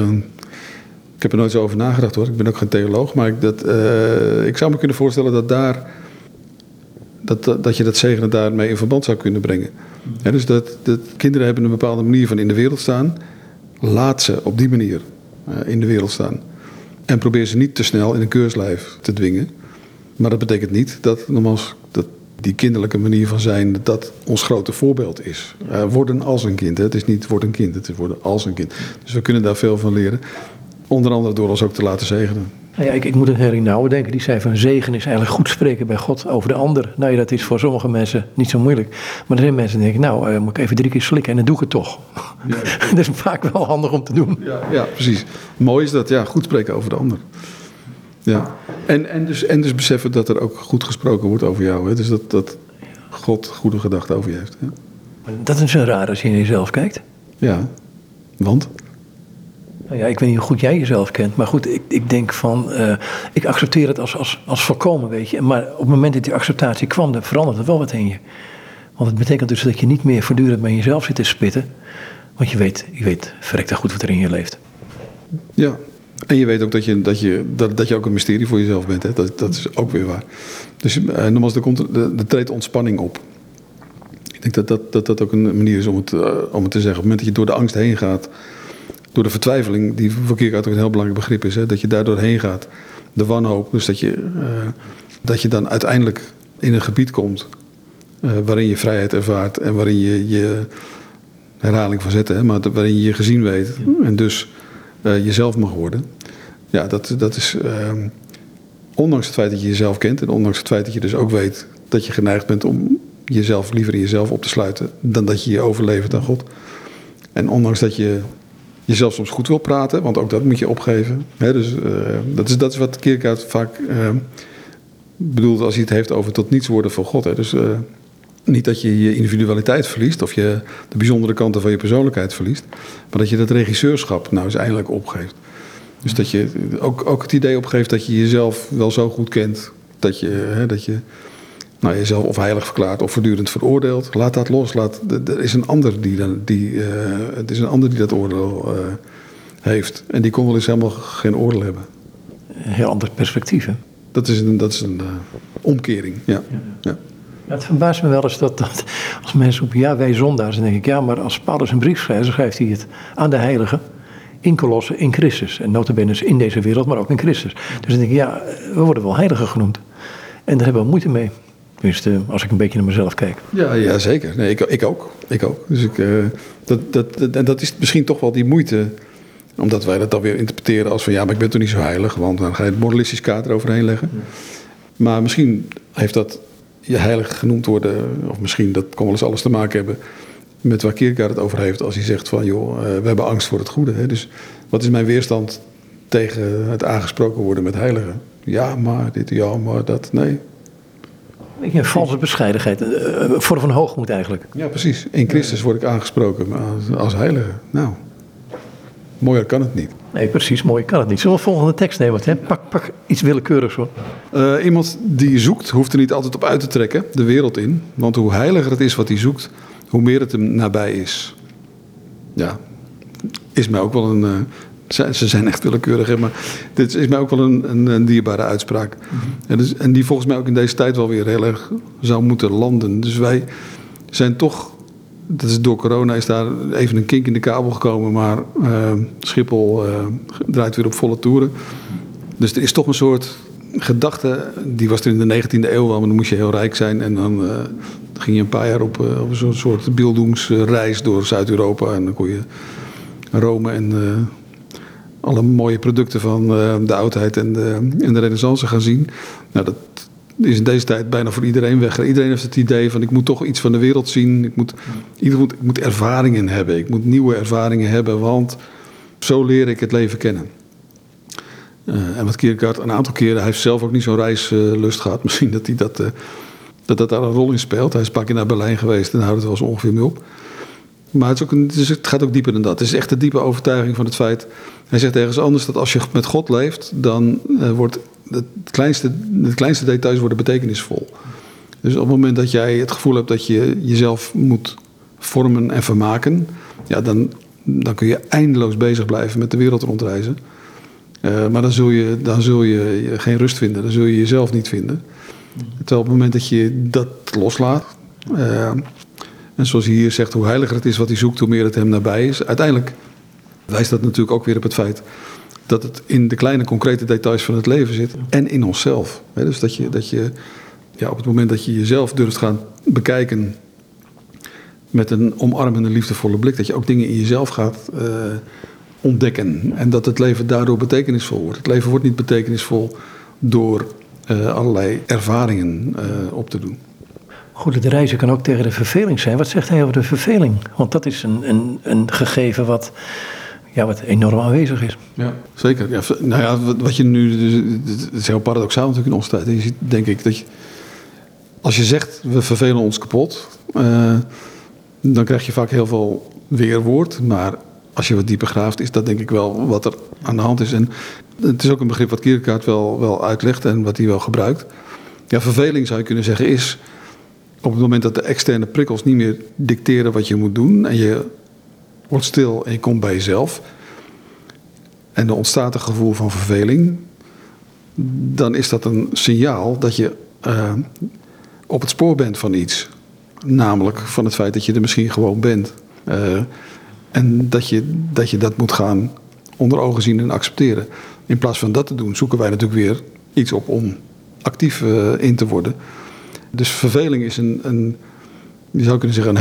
Ik heb er nooit zo over nagedacht hoor. Ik ben ook geen theoloog. Maar ik zou me kunnen voorstellen dat je dat zegenen daarmee in verband zou kunnen brengen. Ja, dus dat kinderen hebben een bepaalde manier van in de wereld staan. Laat ze op die manier in de wereld staan. En probeer ze niet te snel in een keurslijf te dwingen. Maar dat betekent niet dat die kinderlijke manier van zijn, dat ons grote voorbeeld is. Worden als een kind. Hè. Het is niet worden een kind, het is worden als een kind. Dus we kunnen daar veel van leren. Onder andere door ons ook te laten zegenen. Nou ja, ik moet aan Henry Nouwen denken. Die zei van zegen is eigenlijk goed spreken bij God over de ander. Nou ja, dat is voor sommige mensen niet zo moeilijk. Maar er zijn mensen die denken, moet ik even 3 keer slikken en dan doe ik het toch. Ja. Dat is vaak wel handig om te doen. Ja, precies. Mooi is dat, goed spreken over de ander. Ja. En dus beseffen dat er ook goed gesproken wordt over jou. Hè? Dus dat God goede gedachten over je heeft. Hè? Dat is een raar als je in jezelf kijkt. Ja, want? Nou ja, ik weet niet hoe goed jij jezelf kent. Maar goed, ik denk van, ik accepteer het als volkomen, weet je. Maar op het moment dat die acceptatie kwam, dan verandert er wel wat in je. Want het betekent dus dat je niet meer voortdurend bij jezelf zit te spitten. Want je weet verrekte goed wat er in je leeft. Ja. En je weet ook dat je ook een mysterie voor jezelf bent. Hè? Dat is ook weer waar. Dus nogmaals, er treedt ontspanning op. Ik denk dat ook een manier is om het te zeggen. Op het moment dat je door de angst heen gaat, door de vertwijfeling, die voor Kierkegaard ook een heel belangrijk begrip is, hè? Dat je daardoor heen gaat, de wanhoop. Dus dat je dan uiteindelijk in een gebied komt waarin je vrijheid ervaart en waarin je herhaling van zetten, hè? Maar waarin je je gezien weet en dus jezelf mag worden. Ja, dat is ondanks het feit dat je jezelf kent en ondanks het feit dat je dus ook weet dat je geneigd bent om jezelf liever in jezelf op te sluiten dan dat je je overlevert aan God. En ondanks dat je jezelf soms goed wil praten, want ook dat moet je opgeven. Hè, dus dat is wat Kierkegaard vaak bedoelt als hij het heeft over tot niets worden voor God. Hè. Dus niet dat je je individualiteit verliest of je de bijzondere kanten van je persoonlijkheid verliest, maar dat je dat regisseurschap nou eens eindelijk opgeeft. Dus dat je ook het idee opgeeft dat je jezelf wel zo goed kent dat je jezelf of heilig verklaart of voortdurend veroordeelt. Laat dat los. Er is een ander die dat oordeel heeft. En die kon wel eens helemaal geen oordeel hebben. Een heel ander perspectief, hè? Dat is een omkering, ja. Ja. Ja, het verbaast me wel eens dat als mensen roepen, wij zondaars, dan denk ik, ja, maar als Paulus een brief schrijft, dan schrijft hij het aan de heiligen, in Kolossen, in Christus. En nota bene in deze wereld, maar ook in Christus. Dus dan denk ik, we worden wel heiligen genoemd. En daar hebben we moeite mee. Tenminste, als ik een beetje naar mezelf kijk. Ja, zeker. Nee, ik ook. Dus dat is misschien toch wel die moeite, omdat wij dat dan weer interpreteren als van, maar ik ben toch niet zo heilig, want dan ga je het moralistisch kader overheen leggen. Ja. Maar misschien heeft dat je heilig genoemd worden, of misschien dat kan wel eens alles te maken hebben met waar Kierkegaard het over heeft, als hij zegt van, we hebben angst voor het goede. Hè? Dus wat is mijn weerstand tegen het aangesproken worden met heiligen? Ja, maar dit, ja, maar dat, nee. Een valse bescheidenheid, een vorm van hoogmoed eigenlijk. Ja, precies. In Christus word ik aangesproken als heilige. Nou, mooier kan het niet. Nee, precies, mooier kan het niet. Zullen we de volgende tekst nemen? Hè? Pak iets willekeurigs hoor. Iemand die zoekt, hoeft er niet altijd op uit te trekken, de wereld in. Want hoe heiliger het is wat hij zoekt, hoe meer het hem nabij is. Ja, is mij ook wel een... Ze zijn echt willekeurig, hè, maar dit is mij ook wel een dierbare uitspraak. En die volgens mij ook in deze tijd wel weer heel erg zou moeten landen. Dus wij zijn toch... Dat is door corona is daar even een kink in de kabel gekomen, maar Schiphol draait weer op volle toeren. Dus er is toch een soort gedachte, die was er in de 19e eeuw wel, maar dan moest je heel rijk zijn en dan ging je een paar jaar op zo'n soort beelddoensreis door Zuid-Europa en dan kon je Rome en alle mooie producten van de oudheid en de renaissance gaan zien. Nou, dat is in deze tijd bijna voor iedereen weg. Iedereen heeft het idee van ik moet toch iets van de wereld zien. Ik moet ervaringen hebben. Ik moet nieuwe ervaringen hebben, want zo leer ik het leven kennen. En wat Kierkegaard een aantal keren, hij heeft zelf ook niet zo'n reislust gehad. Misschien dat hij dat daar een rol in speelt. Hij is een paar keer naar Berlijn geweest en houdt het wel zo ongeveer mee op. Maar het gaat ook dieper dan dat. Het is echt de diepe overtuiging van het feit. Hij zegt ergens anders dat als je met God leeft, dan wordt de kleinste details worden betekenisvol. Dus op het moment dat jij het gevoel hebt dat je jezelf moet vormen en vermaken, ja, dan kun je eindeloos bezig blijven met de wereld rondreizen. Maar dan zul je geen rust vinden. Dan zul je jezelf niet vinden. Terwijl op het moment dat je dat loslaat, en zoals hij hier zegt, hoe heiliger het is wat hij zoekt, hoe meer het hem nabij is. Uiteindelijk wijst dat natuurlijk ook weer op het feit dat het in de kleine concrete details van het leven zit en in onszelf. Dus dat je op het moment dat je jezelf durft gaan bekijken met een omarmende, liefdevolle blik, dat je ook dingen in jezelf gaat ontdekken. En dat het leven daardoor betekenisvol wordt. Het leven wordt niet betekenisvol door allerlei ervaringen op te doen. Goed, de reizen kan ook tegen de verveling zijn. Wat zegt hij over de verveling? Want dat is een gegeven wat enorm aanwezig is. Ja, zeker. Ja, nou ja, wat je nu... Het is heel paradoxaal natuurlijk in onze tijd. Je ziet, denk ik, dat je... Als je zegt, we vervelen ons kapot, dan krijg je vaak heel veel weerwoord. Maar als je wat dieper graaft, is dat denk ik wel wat er aan de hand is. En het is ook een begrip wat Kierkegaard wel uitlegt en wat hij wel gebruikt. Ja, verveling zou je kunnen zeggen is op het moment dat de externe prikkels niet meer dicteren wat je moet doen en je wordt stil en je komt bij jezelf en er ontstaat een gevoel van verveling, dan is dat een signaal dat je op het spoor bent van iets. Namelijk van het feit dat je er misschien gewoon bent. En dat je dat moet gaan onder ogen zien en accepteren. In plaats van dat te doen, zoeken wij natuurlijk weer iets op om actief in te worden. Dus verveling is je zou kunnen zeggen,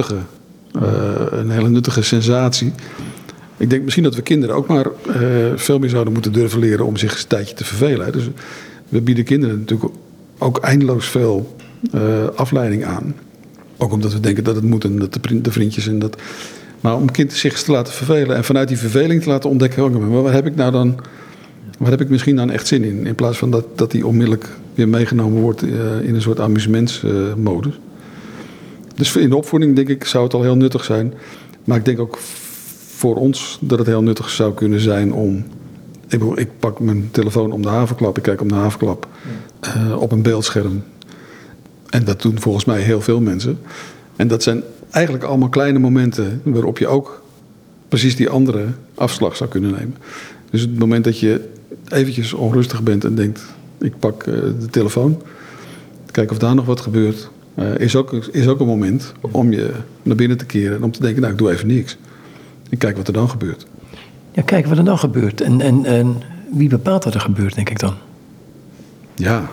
een hele nuttige sensatie. Ik denk misschien dat we kinderen ook maar veel meer zouden moeten durven leren om zich een tijdje te vervelen. Dus we bieden kinderen natuurlijk ook eindeloos veel afleiding aan. Ook omdat we denken dat het moet en dat de vriendjes en dat. Maar om kind zich te laten vervelen en vanuit die verveling te laten ontdekken, maar waar heb ik nou dan, waar heb ik misschien dan echt zin in? In plaats van dat die onmiddellijk weer meegenomen wordt in een soort amusementsmodus. Dus in de opvoeding denk ik zou het al heel nuttig zijn. Maar ik denk ook voor ons dat het heel nuttig zou kunnen zijn om... Ik pak mijn telefoon om de haverklap, ik kijk om de haverklap op een beeldscherm. En dat doen volgens mij heel veel mensen. En dat zijn eigenlijk allemaal kleine momenten waarop je ook precies die andere afslag zou kunnen nemen. Dus het moment dat je eventjes onrustig bent en denkt, ik pak de telefoon, kijk of daar nog wat gebeurt, is ook een moment om je naar binnen te keren en om te denken, nou ik doe even niks. En kijk wat er dan gebeurt. Ja, kijken wat er dan gebeurt. En wie bepaalt wat er gebeurt, denk ik dan? Ja,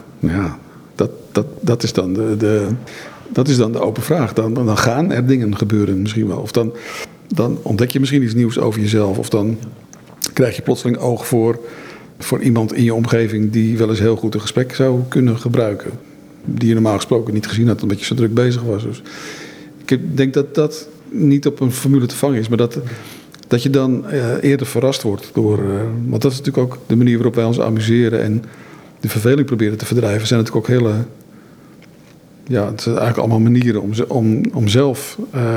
dat is dan dat is dan de open vraag. Dan gaan er dingen gebeuren misschien wel. Of dan ontdek je misschien iets nieuws over jezelf. Of dan krijg je plotseling oog voor iemand in je omgeving die wel eens heel goed een gesprek zou kunnen gebruiken. Die je normaal gesproken niet gezien had omdat je zo druk bezig was. Dus ik denk dat dat niet op een formule te vangen is. Maar dat je dan eerder verrast wordt door... want dat is natuurlijk ook de manier waarop wij ons amuseren en de verveling proberen te verdrijven. Zijn natuurlijk ook hele... Ja, het zijn eigenlijk allemaal manieren om zelf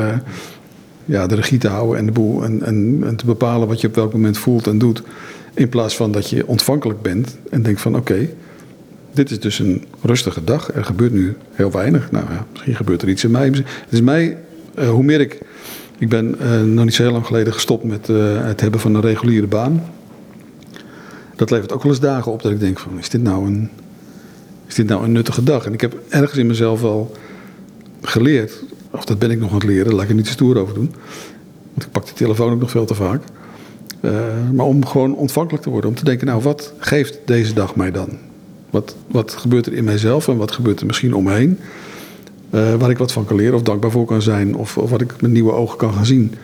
de regie te houden en de boel. En te bepalen wat je op welk moment voelt en doet. In plaats van dat je ontvankelijk bent en denkt van oké, dit is dus een rustige dag. Er gebeurt nu heel weinig. Nou ja, misschien gebeurt er iets in mij. Het is mij hoe meer ik ben nog niet zo heel lang geleden gestopt met het hebben van een reguliere baan. Dat levert ook wel eens dagen op dat ik denk van, is dit nou een nuttige dag? En ik heb ergens in mezelf wel geleerd, of dat ben ik nog aan het leren, laat ik er niet te stoer over doen. Want ik pak de telefoon ook nog veel te vaak. Maar om gewoon ontvankelijk te worden, om te denken, nou, wat geeft deze dag mij dan? Wat gebeurt er in mijzelf en wat gebeurt er misschien om me heen? Waar ik wat van kan leren of dankbaar voor kan zijn of wat ik met nieuwe ogen kan gaan zien.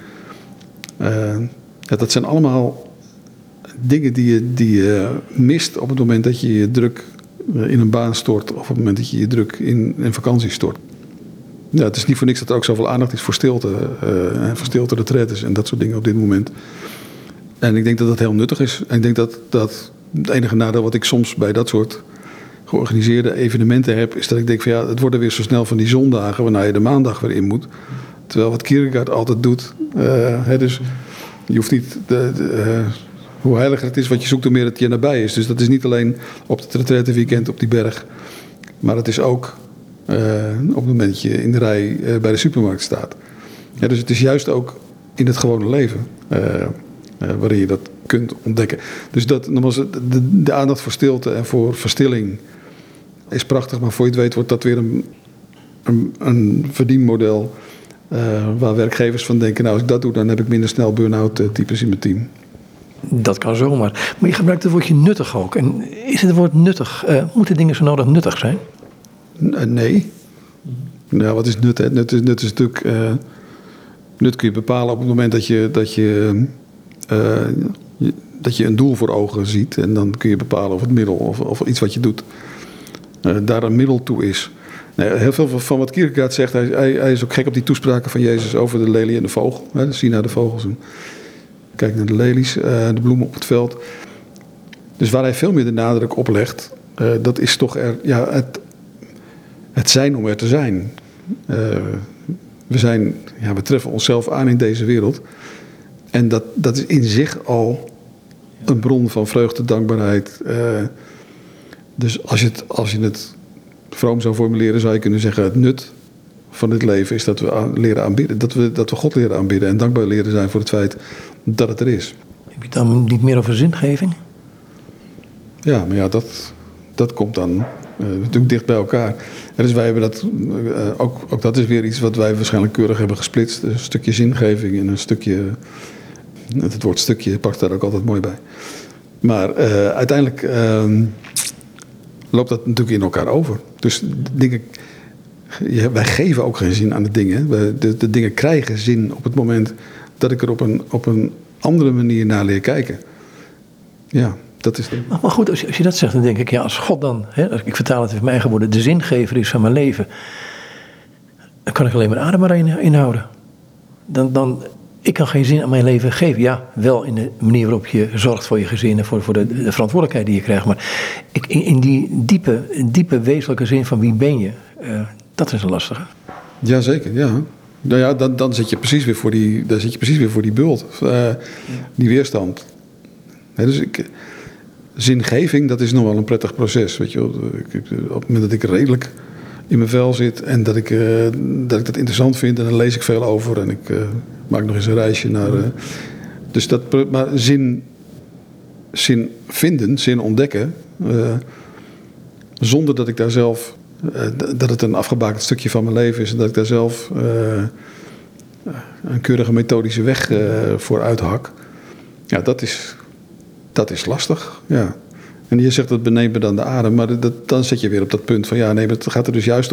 Dat zijn allemaal dingen die je mist op het moment dat je je druk in een baan stort of op het moment dat je je druk in vakantie stort. Ja, het is niet voor niks dat er ook zoveel aandacht is voor stilte, voor stilte-retretes en dat soort dingen op dit moment. En ik denk dat dat heel nuttig is. En ik denk dat het enige nadeel wat ik soms bij dat soort georganiseerde evenementen heb, is dat ik denk van ja, het worden weer zo snel van die zondagen waarna je de maandag weer in moet. Terwijl wat Kierkegaard altijd doet, dus je hoeft niet, hoe heiliger het is wat je zoekt, hoe meer het je nabij is. Dus dat is niet alleen op het retraite-weekend op die berg, maar het is ook op het moment dat je in de rij bij de supermarkt staat. Ja, dus het is juist ook in het gewone leven waarin je dat kunt ontdekken. Dus de aandacht voor stilte en voor verstilling is prachtig, maar voor je het weet wordt dat weer een verdienmodel waar werkgevers van denken, nou als ik dat doe, dan heb ik minder snel burn-out types in mijn team. Dat kan zomaar. Maar je gebruikt het woordje nuttig ook. En is het woord nuttig, moeten dingen zo nodig nuttig zijn? Nee. Nou, wat is nut? Hè? Nut is natuurlijk, nut kun je bepalen op het moment dat je een doel voor ogen ziet. En dan kun je bepalen of het middel of iets wat je doet daar een middel toe is. Nee, heel veel van wat Kierkegaard zegt, hij is ook gek op die toespraken van Jezus over de lelie en de vogel. Hè? Zie naar de vogels en kijk naar de lelies, de bloemen op het veld. Dus waar hij veel meer de nadruk op legt, dat is toch het zijn om er te zijn. We treffen onszelf aan in deze wereld. En dat is in zich al een bron van vreugde, dankbaarheid. Dus als je het vroom zou formuleren, zou je kunnen zeggen, het nut van dit leven is dat we leren aanbidden. Dat we God leren aanbidden en dankbaar leren zijn voor het feit dat het er is. Heb je het dan niet meer over zingeving? Ja, maar ja, dat komt dan natuurlijk dicht bij elkaar. En dus wij hebben dat, ook dat is weer iets wat wij waarschijnlijk keurig hebben gesplitst. Een stukje zingeving en een stukje, het woord stukje pakt daar ook altijd mooi bij. Maar uiteindelijk loopt dat natuurlijk in elkaar over. Dus dingen, wij geven ook geen zin aan de dingen. De dingen krijgen zin op het moment dat ik er op een andere manier naar leer kijken. Ja. Dat is maar goed, als je dat zegt, dan denk ik, ja, als God dan, ik vertaal het in mijn eigen woorden, de zingever is van mijn leven, dan kan ik alleen maar adem maar inhouden. Dan, ik kan geen zin aan mijn leven geven. Ja, wel in de manier waarop je zorgt voor je gezin en voor de verantwoordelijkheid die je krijgt. Maar in die diepe wezenlijke zin van wie ben je, dat is een lastige. Jazeker, ja. Nou ja, dan zit je precies weer voor die bult, die weerstand. Dus zingeving, dat is nog wel een prettig proces. Weet je wel. Op het moment dat ik redelijk in mijn vel zit en dat ik dat interessant vind, en dan lees ik veel over en ik maak nog eens een reisje naar. Maar zin vinden, zin ontdekken, zonder dat ik daar zelf, dat het een afgebakend stukje van mijn leven is en dat ik daar zelf een keurige methodische weg voor uithak. Ja, dat is lastig, ja. En je zegt dat benemen dan de adem, maar dan zit je weer op dat punt van ja, nee, het gaat er dus juist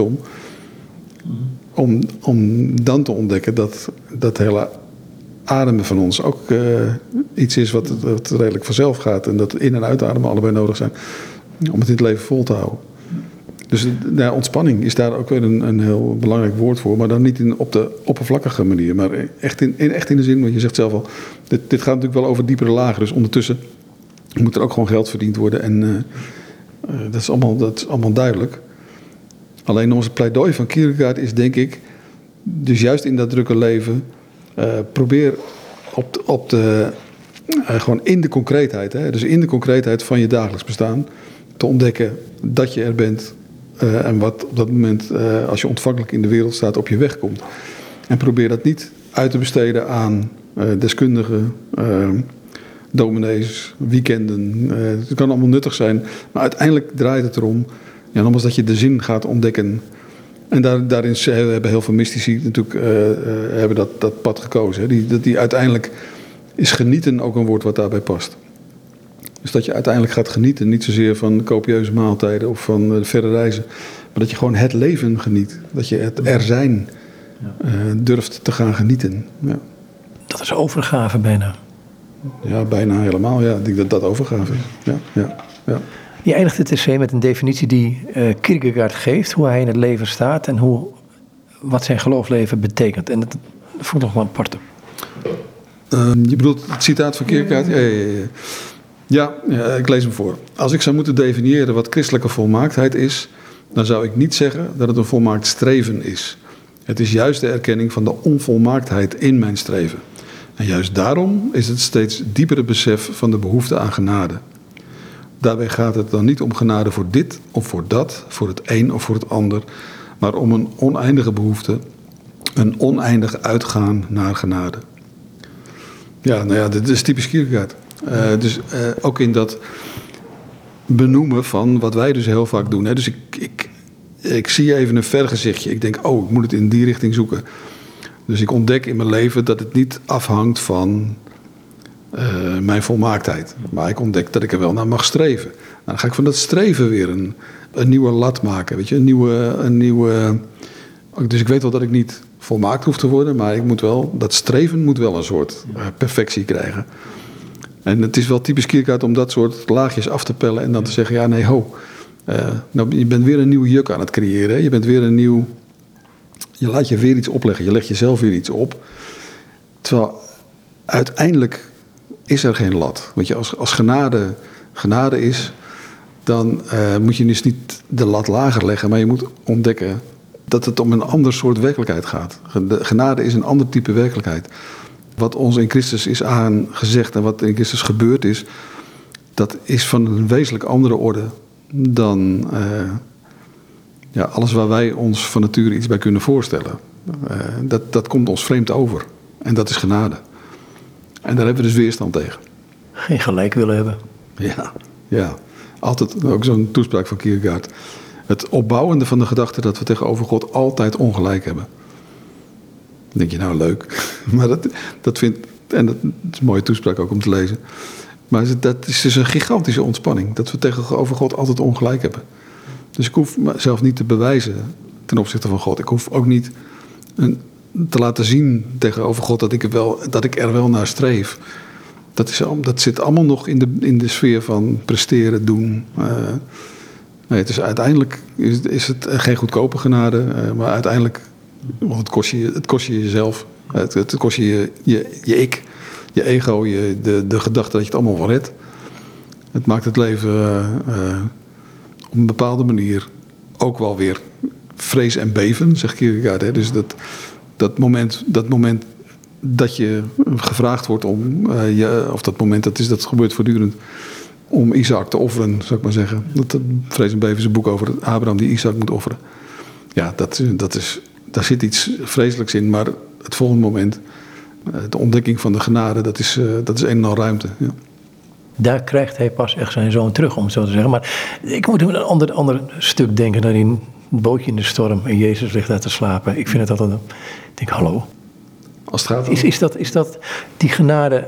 om dan te ontdekken dat hele ademen van ons ook iets is wat redelijk vanzelf gaat en dat in- en uitademen allebei nodig zijn om het in het leven vol te houden. Dus ontspanning is daar ook weer een heel belangrijk woord voor, maar dan niet op de oppervlakkige manier, maar echt in de zin, want je zegt zelf al, dit gaat natuurlijk wel over diepere lagen, dus ondertussen moet er ook gewoon geld verdiend worden en dat is allemaal duidelijk. Alleen ons pleidooi van Kierkegaard is, denk ik, dus juist in dat drukke leven, probeer gewoon in de concreetheid, dus in de concreetheid van je dagelijks bestaan, te ontdekken dat je er bent en wat op dat moment, als je ontvankelijk in de wereld staat, op je weg komt. En probeer dat niet uit te besteden aan deskundigen, dominees, weekenden. Het kan allemaal nuttig zijn. Maar uiteindelijk draait het erom, nogmaals, dat je de zin gaat ontdekken. En daarin hebben heel veel mystici natuurlijk hebben dat pad gekozen. Hè. Die uiteindelijk is genieten ook een woord wat daarbij past. Dus dat je uiteindelijk gaat genieten. Niet zozeer van copieuze maaltijden of van verre reizen. Maar dat je gewoon het leven geniet. Dat je het er zijn durft te gaan genieten. Ja. Dat is overgave bijna. Ja, bijna helemaal. Ja, ik denk dat overgave is. Ja. Je eindigt het essay met een definitie die Kierkegaard geeft. Hoe hij in het leven staat en wat zijn geloofsleven betekent. En dat vond ik nog wel apart. Je bedoelt het citaat van Kierkegaard? Ja, ik lees hem voor. Als ik zou moeten definiëren wat christelijke volmaaktheid is, dan zou ik niet zeggen dat het een volmaakt streven is. Het is juist de erkenning van de onvolmaaktheid in mijn streven. En juist daarom is het steeds diepere besef van de behoefte aan genade. Daarbij gaat het dan niet om genade voor dit of voor dat, voor het een of voor het ander, maar om een oneindige behoefte, een oneindig uitgaan naar genade. Ja, dit is typisch Kierkegaard. Dus ook in dat benoemen van wat wij dus heel vaak doen. Hè. Dus ik zie even een vergezichtje. Ik denk, ik moet het in die richting zoeken. Dus ik ontdek in mijn leven dat het niet afhangt van mijn volmaaktheid. Maar ik ontdek dat ik er wel naar mag streven. Nou, dan ga ik van dat streven weer een nieuwe lat maken. Weet je? Een nieuwe. Dus ik weet wel dat ik niet volmaakt hoef te worden. Maar dat streven moet wel een soort perfectie krijgen. En het is wel typisch Kierkegaard om dat soort laagjes af te pellen. En dan te zeggen, je bent weer een nieuwe juk aan het creëren. Hè? Je bent weer je laat je weer iets opleggen. Je legt jezelf weer iets op. Terwijl uiteindelijk is er geen lat. Want als genade is, dan moet je dus niet de lat lager leggen. Maar je moet ontdekken dat het om een ander soort werkelijkheid gaat. Genade is een ander type werkelijkheid. Wat ons in Christus is aangezegd en wat in Christus gebeurd is, dat is van een wezenlijk andere orde dan alles waar wij ons van nature iets bij kunnen voorstellen. Dat komt ons vreemd over. En dat is genade. En daar hebben we dus weerstand tegen. Geen gelijk willen hebben. Ja. Altijd ook zo'n toespraak van Kierkegaard. Het opbouwende van de gedachte dat we tegenover God altijd ongelijk hebben. Dan denk je, leuk. Maar dat is een mooie toespraak ook om te lezen. Maar dat is dus een gigantische ontspanning. Dat we tegenover God altijd ongelijk hebben. Dus ik hoef mezelf niet te bewijzen ten opzichte van God. Ik hoef ook niet te laten zien tegenover God dat ik er wel naar streef. Dat zit allemaal nog in de sfeer van presteren, doen. Het is uiteindelijk is het geen goedkope genade. Maar uiteindelijk, want het kost je jezelf. Het kost je ik, je ego, de gedachte dat je het allemaal wel redt. Het maakt het leven op een bepaalde manier ook wel weer vrees en beven, zegt Kierkegaard. Hè? Dus dat moment dat je gevraagd wordt om, of dat moment, dat gebeurt voortdurend, om Isaac te offeren, zou ik maar zeggen. Vrees en beven is een boek over Abraham die Isaac moet offeren. Ja, daar zit iets vreselijks in, maar het volgende moment, de ontdekking van de genade, dat is een en al ruimte. Ja. Daar krijgt hij pas echt zijn zoon terug, om het zo te zeggen. Maar ik moet aan een ander stuk denken dan in een bootje in de storm en Jezus ligt daar te slapen. Ik vind het altijd, ik denk, hallo. Als het gaat is dat die genade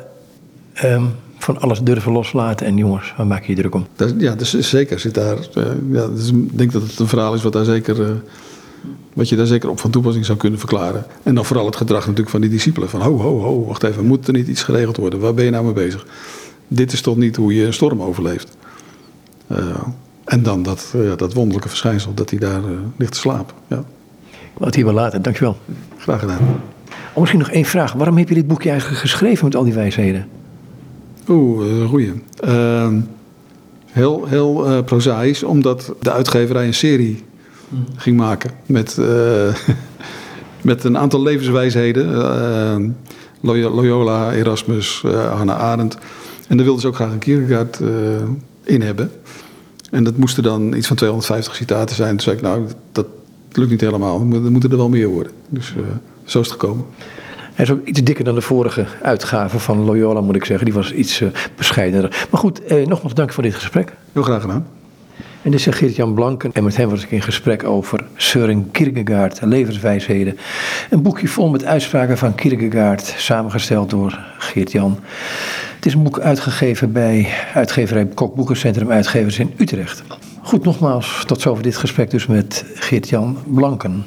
van alles durven loslaten en jongens, waar maak je je druk om? Dus zeker zit daar. Dus ik denk dat het een verhaal is wat je daar zeker op van toepassing zou kunnen verklaren. En dan vooral het gedrag natuurlijk van die discipelen. Van ho, wacht even, moet er niet iets geregeld worden? Waar ben je nou mee bezig? Dit is toch niet hoe je een storm overleeft? En dan dat wonderlijke verschijnsel dat hij daar ligt te slapen. Ja. Ik wou het hier wel laten, dankjewel. Graag gedaan. Misschien nog één vraag. Waarom heb je dit boekje eigenlijk geschreven met al die wijsheden? Een goeie. Heel prozaïs, omdat de uitgeverij een serie ging maken met een aantal levenswijsheden. Loyola, Erasmus, Hannah Arendt. En daar wilden ze ook graag een Kierkegaard in hebben. En dat moesten dan iets van 250 citaten zijn. Toen zei ik, dat lukt niet helemaal. Er moeten er wel meer worden. Dus Zo is het gekomen. Hij is ook iets dikker dan de vorige uitgave van Loyola, moet ik zeggen. Die was iets bescheidener. Maar goed, nogmaals dank voor dit gesprek. Heel graag gedaan. En dit is Geert-Jan Blanken. En met hem was ik in gesprek over Søren Kierkegaard, levenswijsheden. Een boekje vol met uitspraken van Kierkegaard, samengesteld door Geert-Jan. Het is een boek uitgegeven bij uitgeverij Kok Boekencentrum Uitgevers in Utrecht. Goed, nogmaals, tot zover dit gesprek dus met Geert-Jan Blanken.